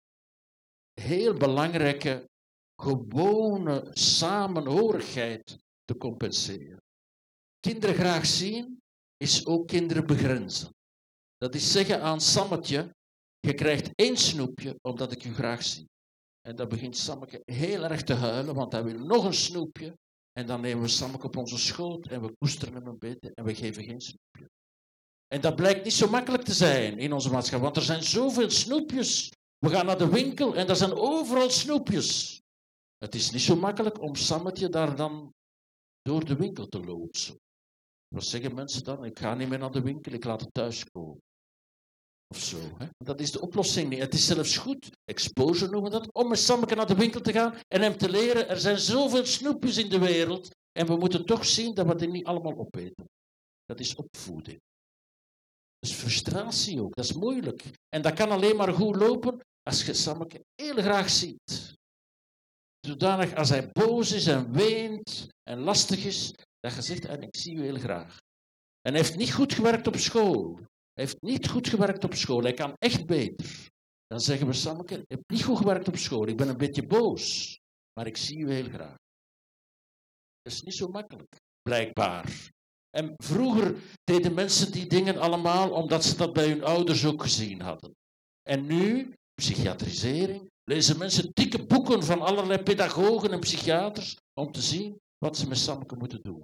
heel belangrijke, gewone samenhorigheid te compenseren. Kinderen graag zien is ook kinderen begrenzen. Dat is zeggen aan Sammetje, je krijgt één snoepje omdat ik je graag zie. En dan begint Sammeke heel erg te huilen, want hij wil nog een snoepje. En dan nemen we Sammeke op onze schoot en we koesteren hem een beetje en we geven geen snoepje. En dat blijkt niet zo makkelijk te zijn in onze maatschappij, want er zijn zoveel snoepjes. We gaan naar de winkel en er zijn overal snoepjes. Het is niet zo makkelijk om Sammetje daar dan door de winkel te loodsen. Wat zeggen mensen dan? Ik ga niet meer naar de winkel, ik laat het thuis komen. Of zo. Hè? Dat is de oplossing niet. Het is zelfs goed, exposure noemen we dat, om met Sammeke naar de winkel te gaan en hem te leren, er zijn zoveel snoepjes in de wereld en we moeten toch zien dat we die niet allemaal opeten. Dat is opvoeding. Dat is frustratie ook, dat is moeilijk. En dat kan alleen maar goed lopen als je Sammeke heel graag ziet. Zodanig als hij boos is en weent en lastig is, dat je zegt, en ik zie u heel graag. En hij heeft niet goed gewerkt op school. Hij heeft niet goed gewerkt op school. Hij kan echt beter. Dan zeggen we, Sammeke, je hebt niet goed gewerkt op school. Ik ben een beetje boos, maar ik zie u heel graag. Dat is niet zo makkelijk, blijkbaar. En vroeger deden mensen die dingen allemaal omdat ze dat bij hun ouders ook gezien hadden. En nu, psychiatrisering, lezen mensen dikke boeken van allerlei pedagogen en psychiaters om te zien wat ze met Sammeke moeten doen.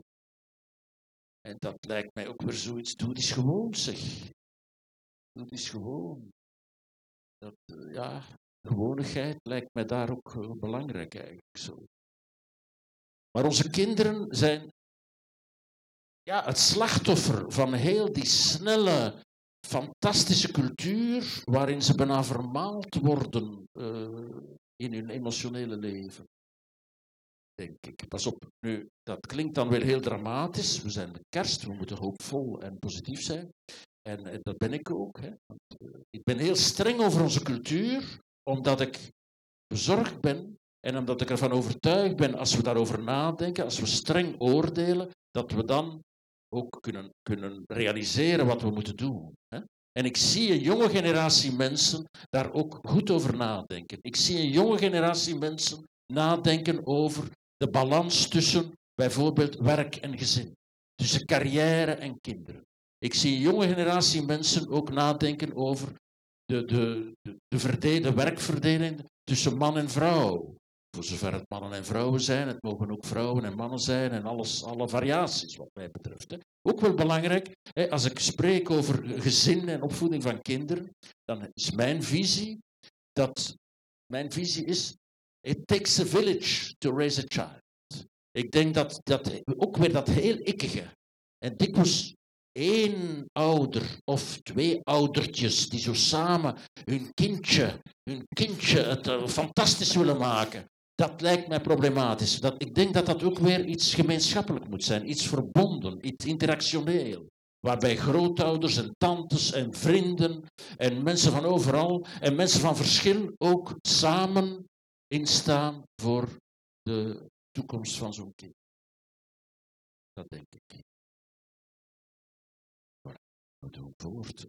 En dat lijkt mij ook weer zoiets, doe het eens gewoon, zeg. Doe het eens gewoon. Dat, uh, ja, gewonigheid lijkt mij daar ook uh, belangrijk eigenlijk zo. Maar onze kinderen zijn ja, het slachtoffer van heel die snelle, fantastische cultuur waarin ze bijna vermaald worden uh, in hun emotionele leven. Denk ik. Pas op, nu, dat klinkt dan weer heel dramatisch. We zijn met kerst, we moeten hoopvol en positief zijn. En, en dat ben ik ook. Hè. Want, uh, ik ben heel streng over onze cultuur, omdat ik bezorgd ben en omdat ik ervan overtuigd ben, als we daarover nadenken, als we streng oordelen, dat we dan ook kunnen, kunnen realiseren wat we moeten doen. Hè. En ik zie een jonge generatie mensen daar ook goed over nadenken. Ik zie een jonge generatie mensen nadenken over de balans tussen bijvoorbeeld werk en gezin, tussen carrière en kinderen. Ik zie een jonge generatie mensen ook nadenken over de, de, de, de, verde- de werkverdeling tussen man en vrouw. Voor zover het mannen en vrouwen zijn, het mogen ook vrouwen en mannen zijn en alles, alle variaties wat mij betreft. Hè. Ook wel belangrijk, hè, als ik spreek over gezin en opvoeding van kinderen, dan is mijn visie dat, mijn visie is, it takes a village to raise a child. Ik denk dat, dat ook weer dat heel ikkige en dikwijls één ouder of twee oudertjes die zo samen hun kindje, hun kindje het uh, fantastisch willen maken. Dat lijkt mij problematisch. Dat, ik denk dat dat ook weer iets gemeenschappelijk moet zijn, iets verbonden, iets interactioneel. Waarbij grootouders en tantes en vrienden en mensen van overal en mensen van verschil ook samen instaan voor de toekomst van zo'n kind. Dat denk ik. We doen voort.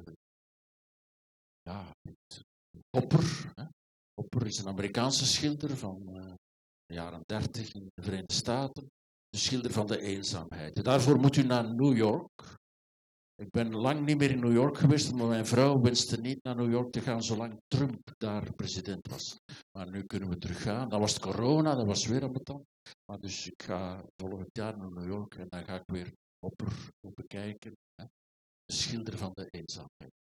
Ja, Hopper. Hè? Hopper is een Amerikaanse schilder van uh, de jaren dertig in de Verenigde Staten. De schilder van de eenzaamheid. Daarvoor moet u naar New York. Ik ben lang niet meer in New York geweest, maar mijn vrouw wenste niet naar New York te gaan zolang Trump daar president was. Maar nu kunnen we teruggaan. Dan was het corona, dat was weer ambetant. Maar dus ik ga volgend jaar naar New York en dan ga ik weer Hopper bekijken. Hè? De schilder van de eenzaamheid.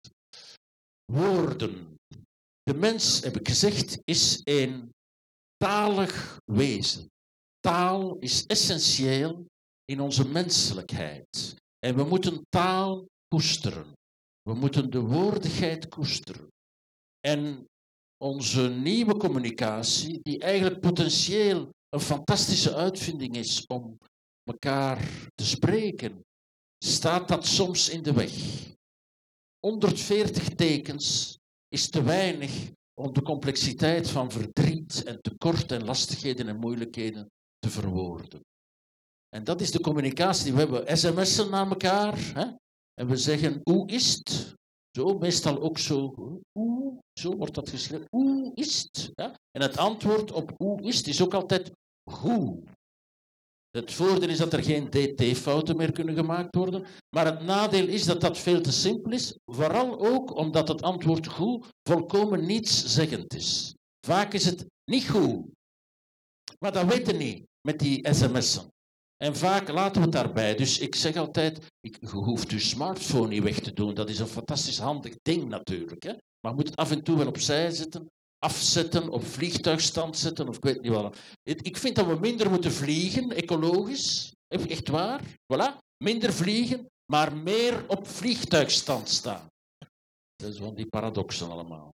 Woorden. De mens, heb ik gezegd, is een talig wezen. Taal is essentieel in onze menselijkheid. En we moeten taal koesteren. We moeten de woordigheid koesteren. En onze nieuwe communicatie, die eigenlijk potentieel een fantastische uitvinding is om elkaar te spreken, staat dat soms in de weg. honderdveertig tekens is te weinig om de complexiteit van verdriet en tekort en lastigheden en moeilijkheden te verwoorden. En dat is de communicatie. We hebben sms'en naar elkaar. Hè? En we zeggen, hoe is het? Zo, meestal ook zo. Hoe? Zo wordt dat geschreven. Hoe is het? Ja? En het antwoord op hoe is het is ook altijd hoe. Het voordeel is dat er geen D T-fouten meer kunnen gemaakt worden. Maar het nadeel is dat dat veel te simpel is. Vooral ook omdat het antwoord goed volkomen nietszeggend is. Vaak is het niet goed. Maar dat weten we niet met die sms'en. En vaak laten we het daarbij. Dus ik zeg altijd, ik, je hoeft je smartphone niet weg te doen. Dat is een fantastisch handig ding natuurlijk. Hè? Maar je moet het af en toe wel opzij zetten, afzetten, op vliegtuigstand zetten of ik weet niet wat. Ik vind dat we minder moeten vliegen, ecologisch. Echt waar. Voilà. Minder vliegen, maar meer op vliegtuigstand staan. Dat is van die paradoxen allemaal.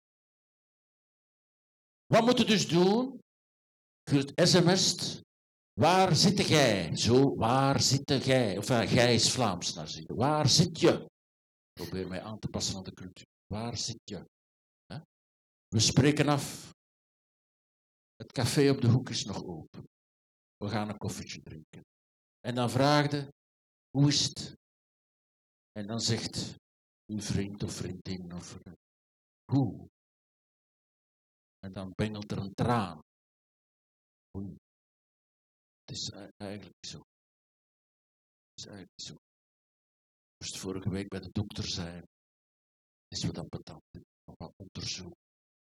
Wat moet je dus doen? Je sms't. Waar zit jij? Zo, waar zit jij? Of uh, jij is Vlaams naar zitten. Waar zit je? Probeer mij aan te passen aan de cultuur. Waar zit je? He? We spreken af. Het café op de hoek is nog open. We gaan een koffietje drinken. En dan vraagde, hoe is het? En dan zegt uw vriend of vriendin of uh, hoe? En dan bengelt er een traan. Hoe? Het is eigenlijk zo. Het is eigenlijk zo. Ik moest vorige week bij de dokter zijn. Is wat ambetant. Nog wat onderzoek.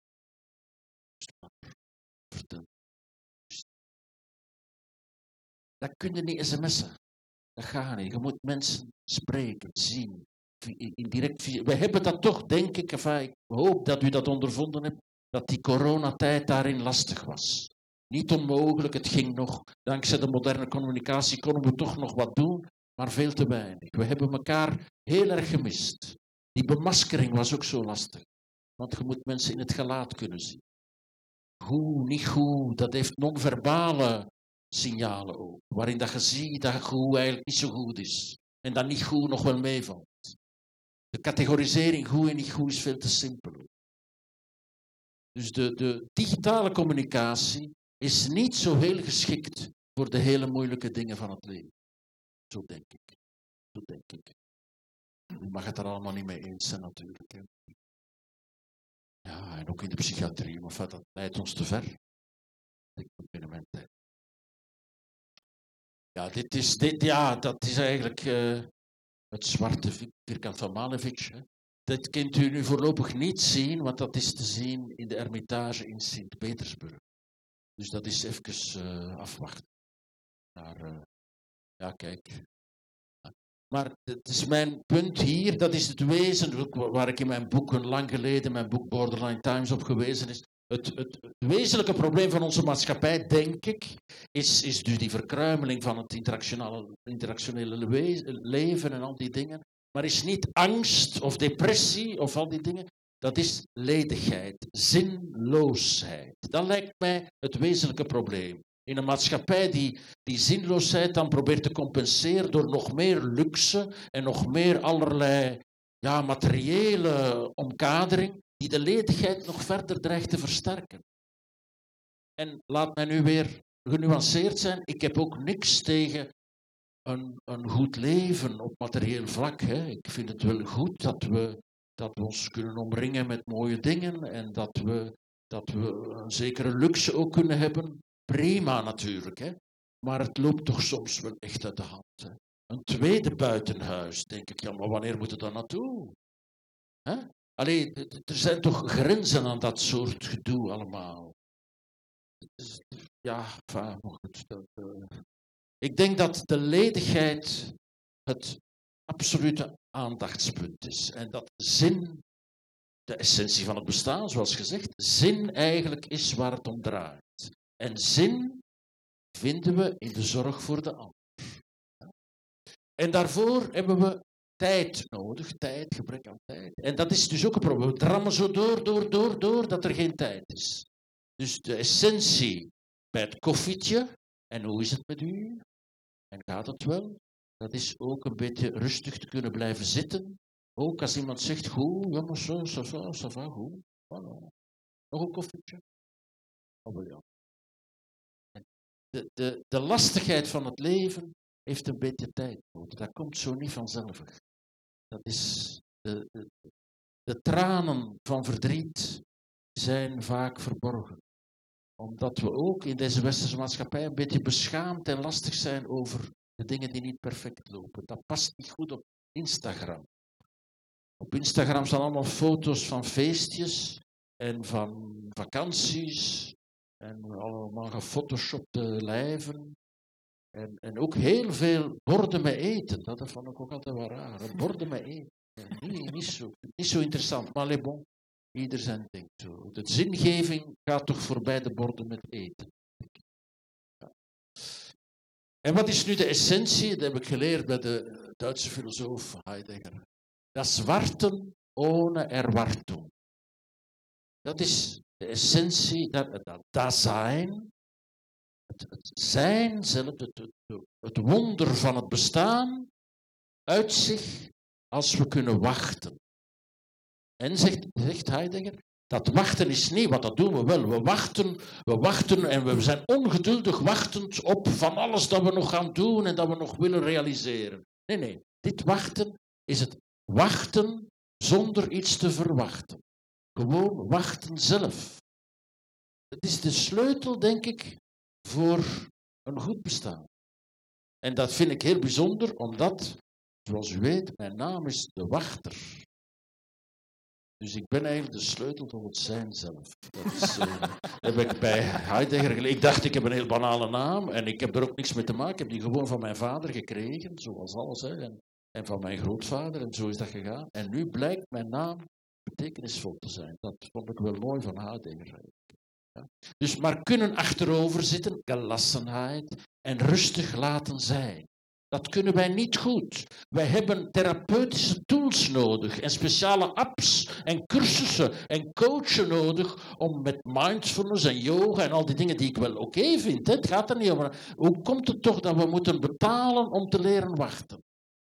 Dat kun je niet sms'en. Dat gaat niet. Je moet mensen spreken, zien. Indirect. We hebben dat toch, denk ik, enfin, ik hoop dat u dat ondervonden hebt, dat die coronatijd daarin lastig was. Niet onmogelijk, het ging nog. Dankzij de moderne communicatie konden we toch nog wat doen, maar veel te weinig. We hebben elkaar heel erg gemist. Die bemaskering was ook zo lastig. Want je moet mensen in het gelaat kunnen zien. Goed, niet goed, dat heeft non-verbale signalen ook. Waarin dat je ziet dat goed eigenlijk niet zo goed is. En dat niet goed nog wel meevalt. De categorisering goed en niet goed is veel te simpel. Dus de, de digitale communicatie is niet zo heel geschikt voor de hele moeilijke dingen van het leven. Zo denk ik. Zo denk ik. U mag het er allemaal niet mee eens zijn natuurlijk. Hè. Ja, en ook in de psychiatrie, maar dat leidt ons te ver. Ik binnen mijn tijd. Ja, dit is, dit, ja, dat is eigenlijk uh, het zwarte vierkant van Malevich. Hè. Dat kunt u nu voorlopig niet zien, want dat is te zien in de Hermitage in Sint-Petersburg. Dus dat is even uh, afwachten. Maar, uh, ja, kijk. Maar het is mijn punt hier, dat is het wezen, waar ik in mijn boeken lang geleden, mijn boek Borderline Times op gewezen is. Het, het, het wezenlijke probleem van onze maatschappij, denk ik, is, is dus die verkruimeling van het interactionele, interactionele leven en al die dingen. Maar is niet angst of depressie of al die dingen. Dat is ledigheid, zinloosheid. Dat lijkt mij het wezenlijke probleem. In een maatschappij die die zinloosheid dan probeert te compenseren door nog meer luxe en nog meer allerlei ja, materiële omkadering, die de ledigheid nog verder dreigt te versterken. En laat mij nu weer genuanceerd zijn, ik heb ook niks tegen een, een goed leven op materieel vlak. Hè. Ik vind het wel goed dat we, dat we ons kunnen omringen met mooie dingen en dat we, dat we een zekere luxe ook kunnen hebben. Prima natuurlijk, hè. Maar het loopt toch soms wel echt uit de hand. Hè. Een tweede buitenhuis, denk ik, ja, maar wanneer moet het dan naartoe? Hè? Allee, er zijn toch grenzen aan dat soort gedoe allemaal. Ja, enfin, maar goed. Dat, uh... Ik denk dat de ledigheid het absolute aandachtspunt is. En dat zin, de essentie van het bestaan, zoals gezegd, zin eigenlijk is waar het om draait. En zin vinden we in de zorg voor de ander. En daarvoor hebben we tijd nodig, tijd, gebrek aan tijd. En dat is dus ook een probleem. We drammen zo door, door, door, door, dat er geen tijd is. Dus de essentie bij het koffietje, en hoe is het met u? En gaat het wel? Dat is ook een beetje rustig te kunnen blijven zitten. Ook als iemand zegt, goed, ja maar zo, ça va, ça va, goed. Voilà. Nog een koffietje? Oh, wel ja. De, de, de lastigheid van het leven heeft een beetje tijd nodig. Dat komt zo niet vanzelf. Dat is de, de, de tranen van verdriet zijn vaak verborgen. Omdat we ook in deze westerse maatschappij een beetje beschaamd en lastig zijn over de dingen die niet perfect lopen. Dat past niet goed op Instagram. Op Instagram staan allemaal foto's van feestjes en van vakanties en allemaal gefotoshopte lijven. En, en ook heel veel borden met eten. Dat vond ik ook altijd wel raar. Borden met eten. Niet, niet, zo, niet zo interessant, maar les bon. Ieder zijn ding. Zo. De zingeving gaat toch voorbij de borden met eten. Ja. En wat is nu de essentie? Dat heb ik geleerd bij de Duitse filosoof Heidegger. Das Warten ohne Erwartung. Dat is de essentie, dat, dat, dat zijn. Het, het zijn zelf, het, het, het wonder van het bestaan, uit zich als we kunnen wachten. En zegt, zegt Heidegger, dat wachten is niet, want dat doen we wel. We wachten, we wachten en we zijn ongeduldig wachtend op van alles dat we nog gaan doen en dat we nog willen realiseren. Nee, nee, dit wachten is het wachten zonder iets te verwachten. Gewoon wachten zelf. Het is de sleutel, denk ik, voor een goed bestaan. En dat vind ik heel bijzonder, omdat, zoals u weet, mijn naam is de Wachter. Dus ik ben eigenlijk de sleutel tot het zijn zelf. Dat is, uh, heb ik bij Heidegger geleerd. Ik dacht, ik heb een heel banale naam en ik heb er ook niks mee te maken. Ik heb die gewoon van mijn vader gekregen, zoals alles. Hè, en, en van mijn grootvader, en zo is dat gegaan. En nu blijkt mijn naam betekenisvol te zijn. Dat vond ik wel mooi van Heidegger. Ja. Dus maar kunnen achterover zitten, gelassenheid, en rustig laten zijn. Dat kunnen wij niet goed. Wij hebben therapeutische tools nodig en speciale apps en cursussen en coachen nodig om met mindfulness en yoga en al die dingen die ik wel oké okay vind. Hè. Het gaat er niet om. Hoe komt het toch dat we moeten betalen om te leren wachten?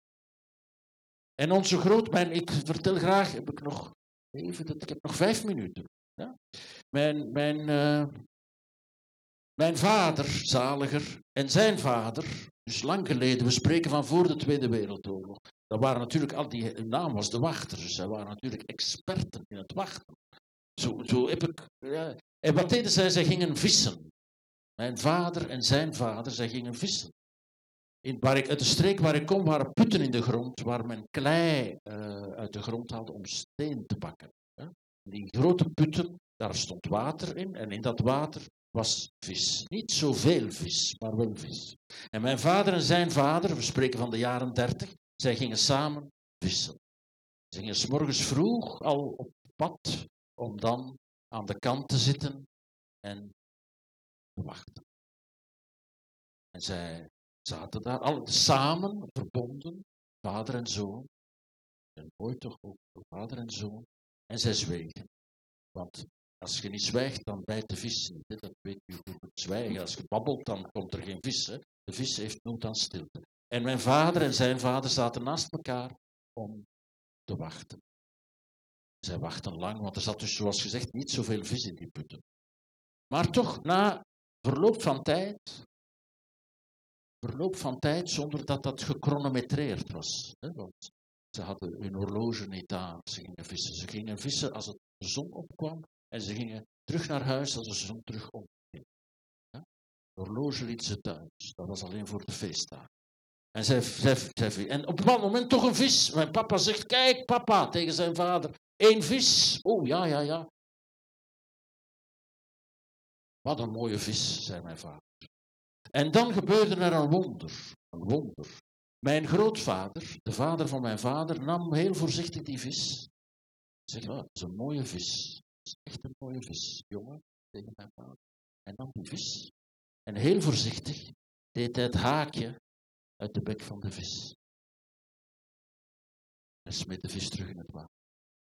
En onze groot, mijn, ik vertel graag, heb ik nog even, ik heb nog vijf minuten. Ja? Mijn, mijn, uh, mijn vader, zaliger, en zijn vader, dus lang geleden, we spreken van voor de Tweede Wereldoorlog. Dat waren natuurlijk, al die, hun naam was de Wachter, dus zij waren natuurlijk experten in het wachten. Zo, zo heb ik, ja. En wat deden zij? Zij gingen vissen. Mijn vader en zijn vader, zij gingen vissen. In, waar ik, uit de streek waar ik kom waren putten in de grond, waar men klei uh, uit de grond haalde om steen te bakken. Hè. Die grote putten, daar stond water in en in dat water was vis. Niet zoveel vis, maar wel vis. En mijn vader en zijn vader, we spreken van de jaren dertig, zij gingen samen vissen. Ze gingen 's morgens vroeg al op pad om dan aan de kant te zitten en te wachten. En zij zaten daar alle samen, verbonden, vader en zoon. En mooi toch ook, vader en zoon. En zij zwegen. Want als je niet zwijgt, dan bijt de vis niet. Hè? Dat weet je, je moet zwijgen. Als je babbelt, dan komt er geen vis. Hè? De vis heeft nood aan stilte. En mijn vader en zijn vader zaten naast elkaar om te wachten. Zij wachten lang, want er zat dus, zoals gezegd, niet zoveel vis in die putten. Maar toch, na verloop van tijd, verloop van tijd zonder dat dat gechronometreerd was. Hè? Want ze hadden hun horloge niet aan, ze gingen vissen. Ze gingen vissen als het de zon opkwam en ze gingen terug naar huis als de zon terug opging. De horloge liet ze thuis, dat was alleen voor de feestdagen. En, zij, zij, zij, en op een bepaald moment toch een vis. Mijn papa zegt, kijk papa, tegen zijn vader, één vis. Oh ja, ja, ja. Wat een mooie vis, zei mijn vader. En dan gebeurde er een wonder, een wonder. Mijn grootvader, de vader van mijn vader, nam heel voorzichtig die vis. Hij zegt, oh, dat is een mooie vis. Dat is echt een mooie vis, jongen, tegen mijn vader. Hij nam die vis. En heel voorzichtig deed hij het haakje uit de bek van de vis. En smeet de vis terug in het water.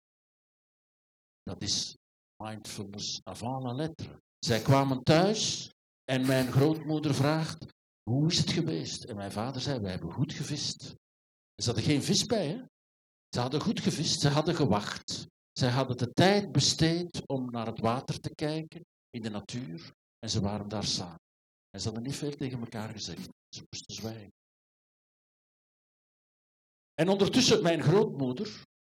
Dat is mindfulness avant la lettre. Zij kwamen thuis en mijn grootmoeder vraagt, hoe is het geweest? En mijn vader zei, wij hebben goed gevist. Ze hadden geen vis bij, hè? Ze hadden goed gevist, ze hadden gewacht. Ze hadden de tijd besteed om naar het water te kijken, in de natuur. En ze waren daar samen. En ze hadden niet veel tegen elkaar gezegd. Ze moesten zwijgen. En ondertussen mijn grootmoeder.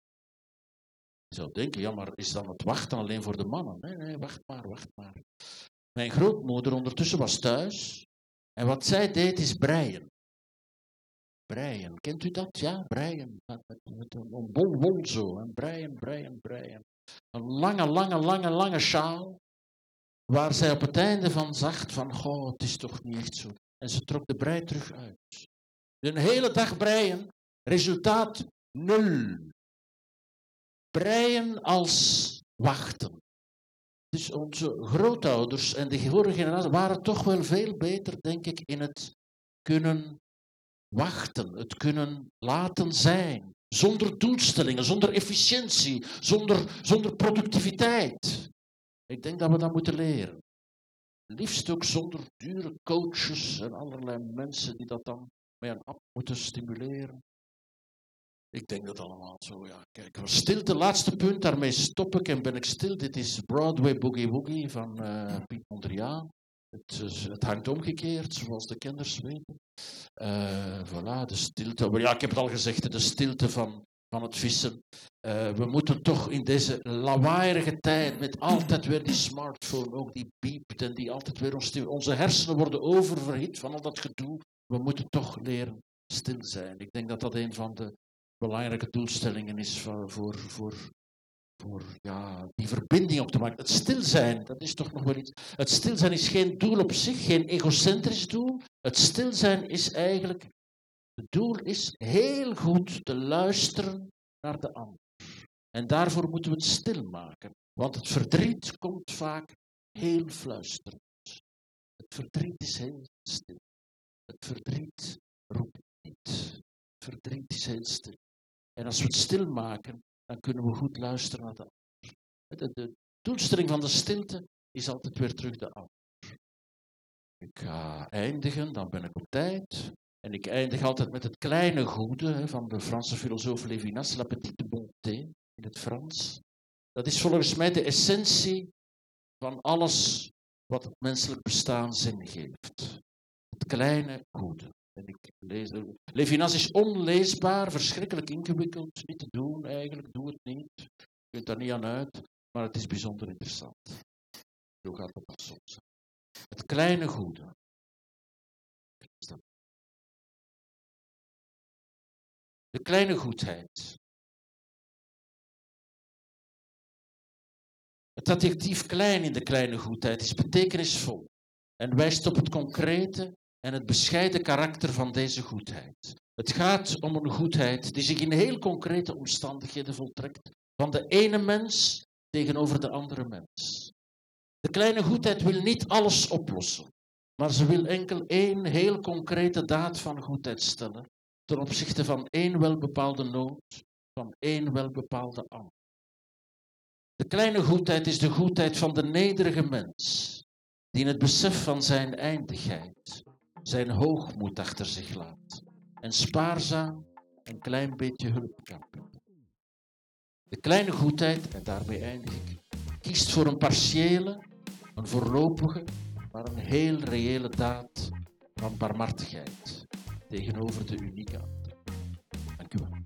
Je zou denken, ja, maar is dan het wachten alleen voor de mannen? Nee, nee, wacht maar, wacht maar. Mijn grootmoeder ondertussen was thuis. En wat zij deed is breien. Breien, kent u dat? Ja, breien. Met, met een bol wol zo. En breien, breien, breien. Een lange, lange, lange, lange sjaal. Waar zij op het einde van zag van, goh, het is toch niet echt zo. En ze trok de brei terug uit. Een hele dag breien. Resultaat nul. Breien als wachten. Dus onze grootouders en de vorige generatie waren toch wel veel beter, denk ik, in het kunnen wachten, het kunnen laten zijn. Zonder doelstellingen, zonder efficiëntie, zonder, zonder productiviteit. Ik denk dat we dat moeten leren. Liefst ook zonder dure coaches en allerlei mensen die dat dan met een app moeten stimuleren. Ik denk dat allemaal zo, ja. Kijk, stilte, laatste punt, daarmee stop ik en ben ik stil. Dit is Broadway Boogie Woogie van uh, Piet Mondriaan. Het, uh, het hangt omgekeerd, zoals de kinders weten. Uh, voilà, de stilte. Maar ja, ik heb het al gezegd, de stilte van, van het vissen. Uh, we moeten toch in deze lawaaierige tijd, met altijd weer die smartphone, ook die piept en die altijd weer ons... Onze hersenen worden oververhit van al dat gedoe. We moeten toch leren stil zijn. Ik denk dat dat een van de belangrijke doelstellingen is voor, voor, voor, voor ja, die verbinding op te maken. Het stil zijn, dat is toch nog wel iets. Het stil zijn is geen doel op zich, geen egocentrisch doel. Het stil zijn is eigenlijk, het doel is heel goed te luisteren naar de ander. En daarvoor moeten we het stil maken. Want het verdriet komt vaak heel fluisterend. Het verdriet is heel stil. Het verdriet roept niet. Het verdriet is heel stil. En als we het stil maken, dan kunnen we goed luisteren naar de ander. De, de doelstelling van de stilte is altijd weer terug de ander. Ik ga eindigen, dan ben ik op tijd. En ik eindig altijd met het kleine goede hè, van de Franse filosoof Lévinas, la petite bonté in het Frans. Dat is volgens mij de essentie van alles wat het menselijk bestaan zin geeft. Het kleine goede. En ik lees, Lévinas is onleesbaar, verschrikkelijk ingewikkeld, niet te doen eigenlijk, doe het niet. Je kunt daar niet aan uit, maar het is bijzonder interessant. Zo gaat het soms. Het kleine goede. De kleine goedheid. Het adjectief klein in de kleine goedheid is betekenisvol en wijst op het concrete en het bescheiden karakter van deze goedheid. Het gaat om een goedheid die zich in heel concrete omstandigheden voltrekt, van de ene mens tegenover de andere mens. De kleine goedheid wil niet alles oplossen, maar ze wil enkel één heel concrete daad van goedheid stellen ten opzichte van één welbepaalde nood, van één welbepaalde angst. De kleine goedheid is de goedheid van de nederige mens, die in het besef van zijn eindigheid zijn hoogmoed achter zich laat en spaarzaam een klein beetje hulp kan bieden. De kleine goedheid, en daarmee eindig ik, kiest voor een partiële, een voorlopige, maar een heel reële daad van barmhartigheid tegenover de unieke ander. Dank u wel.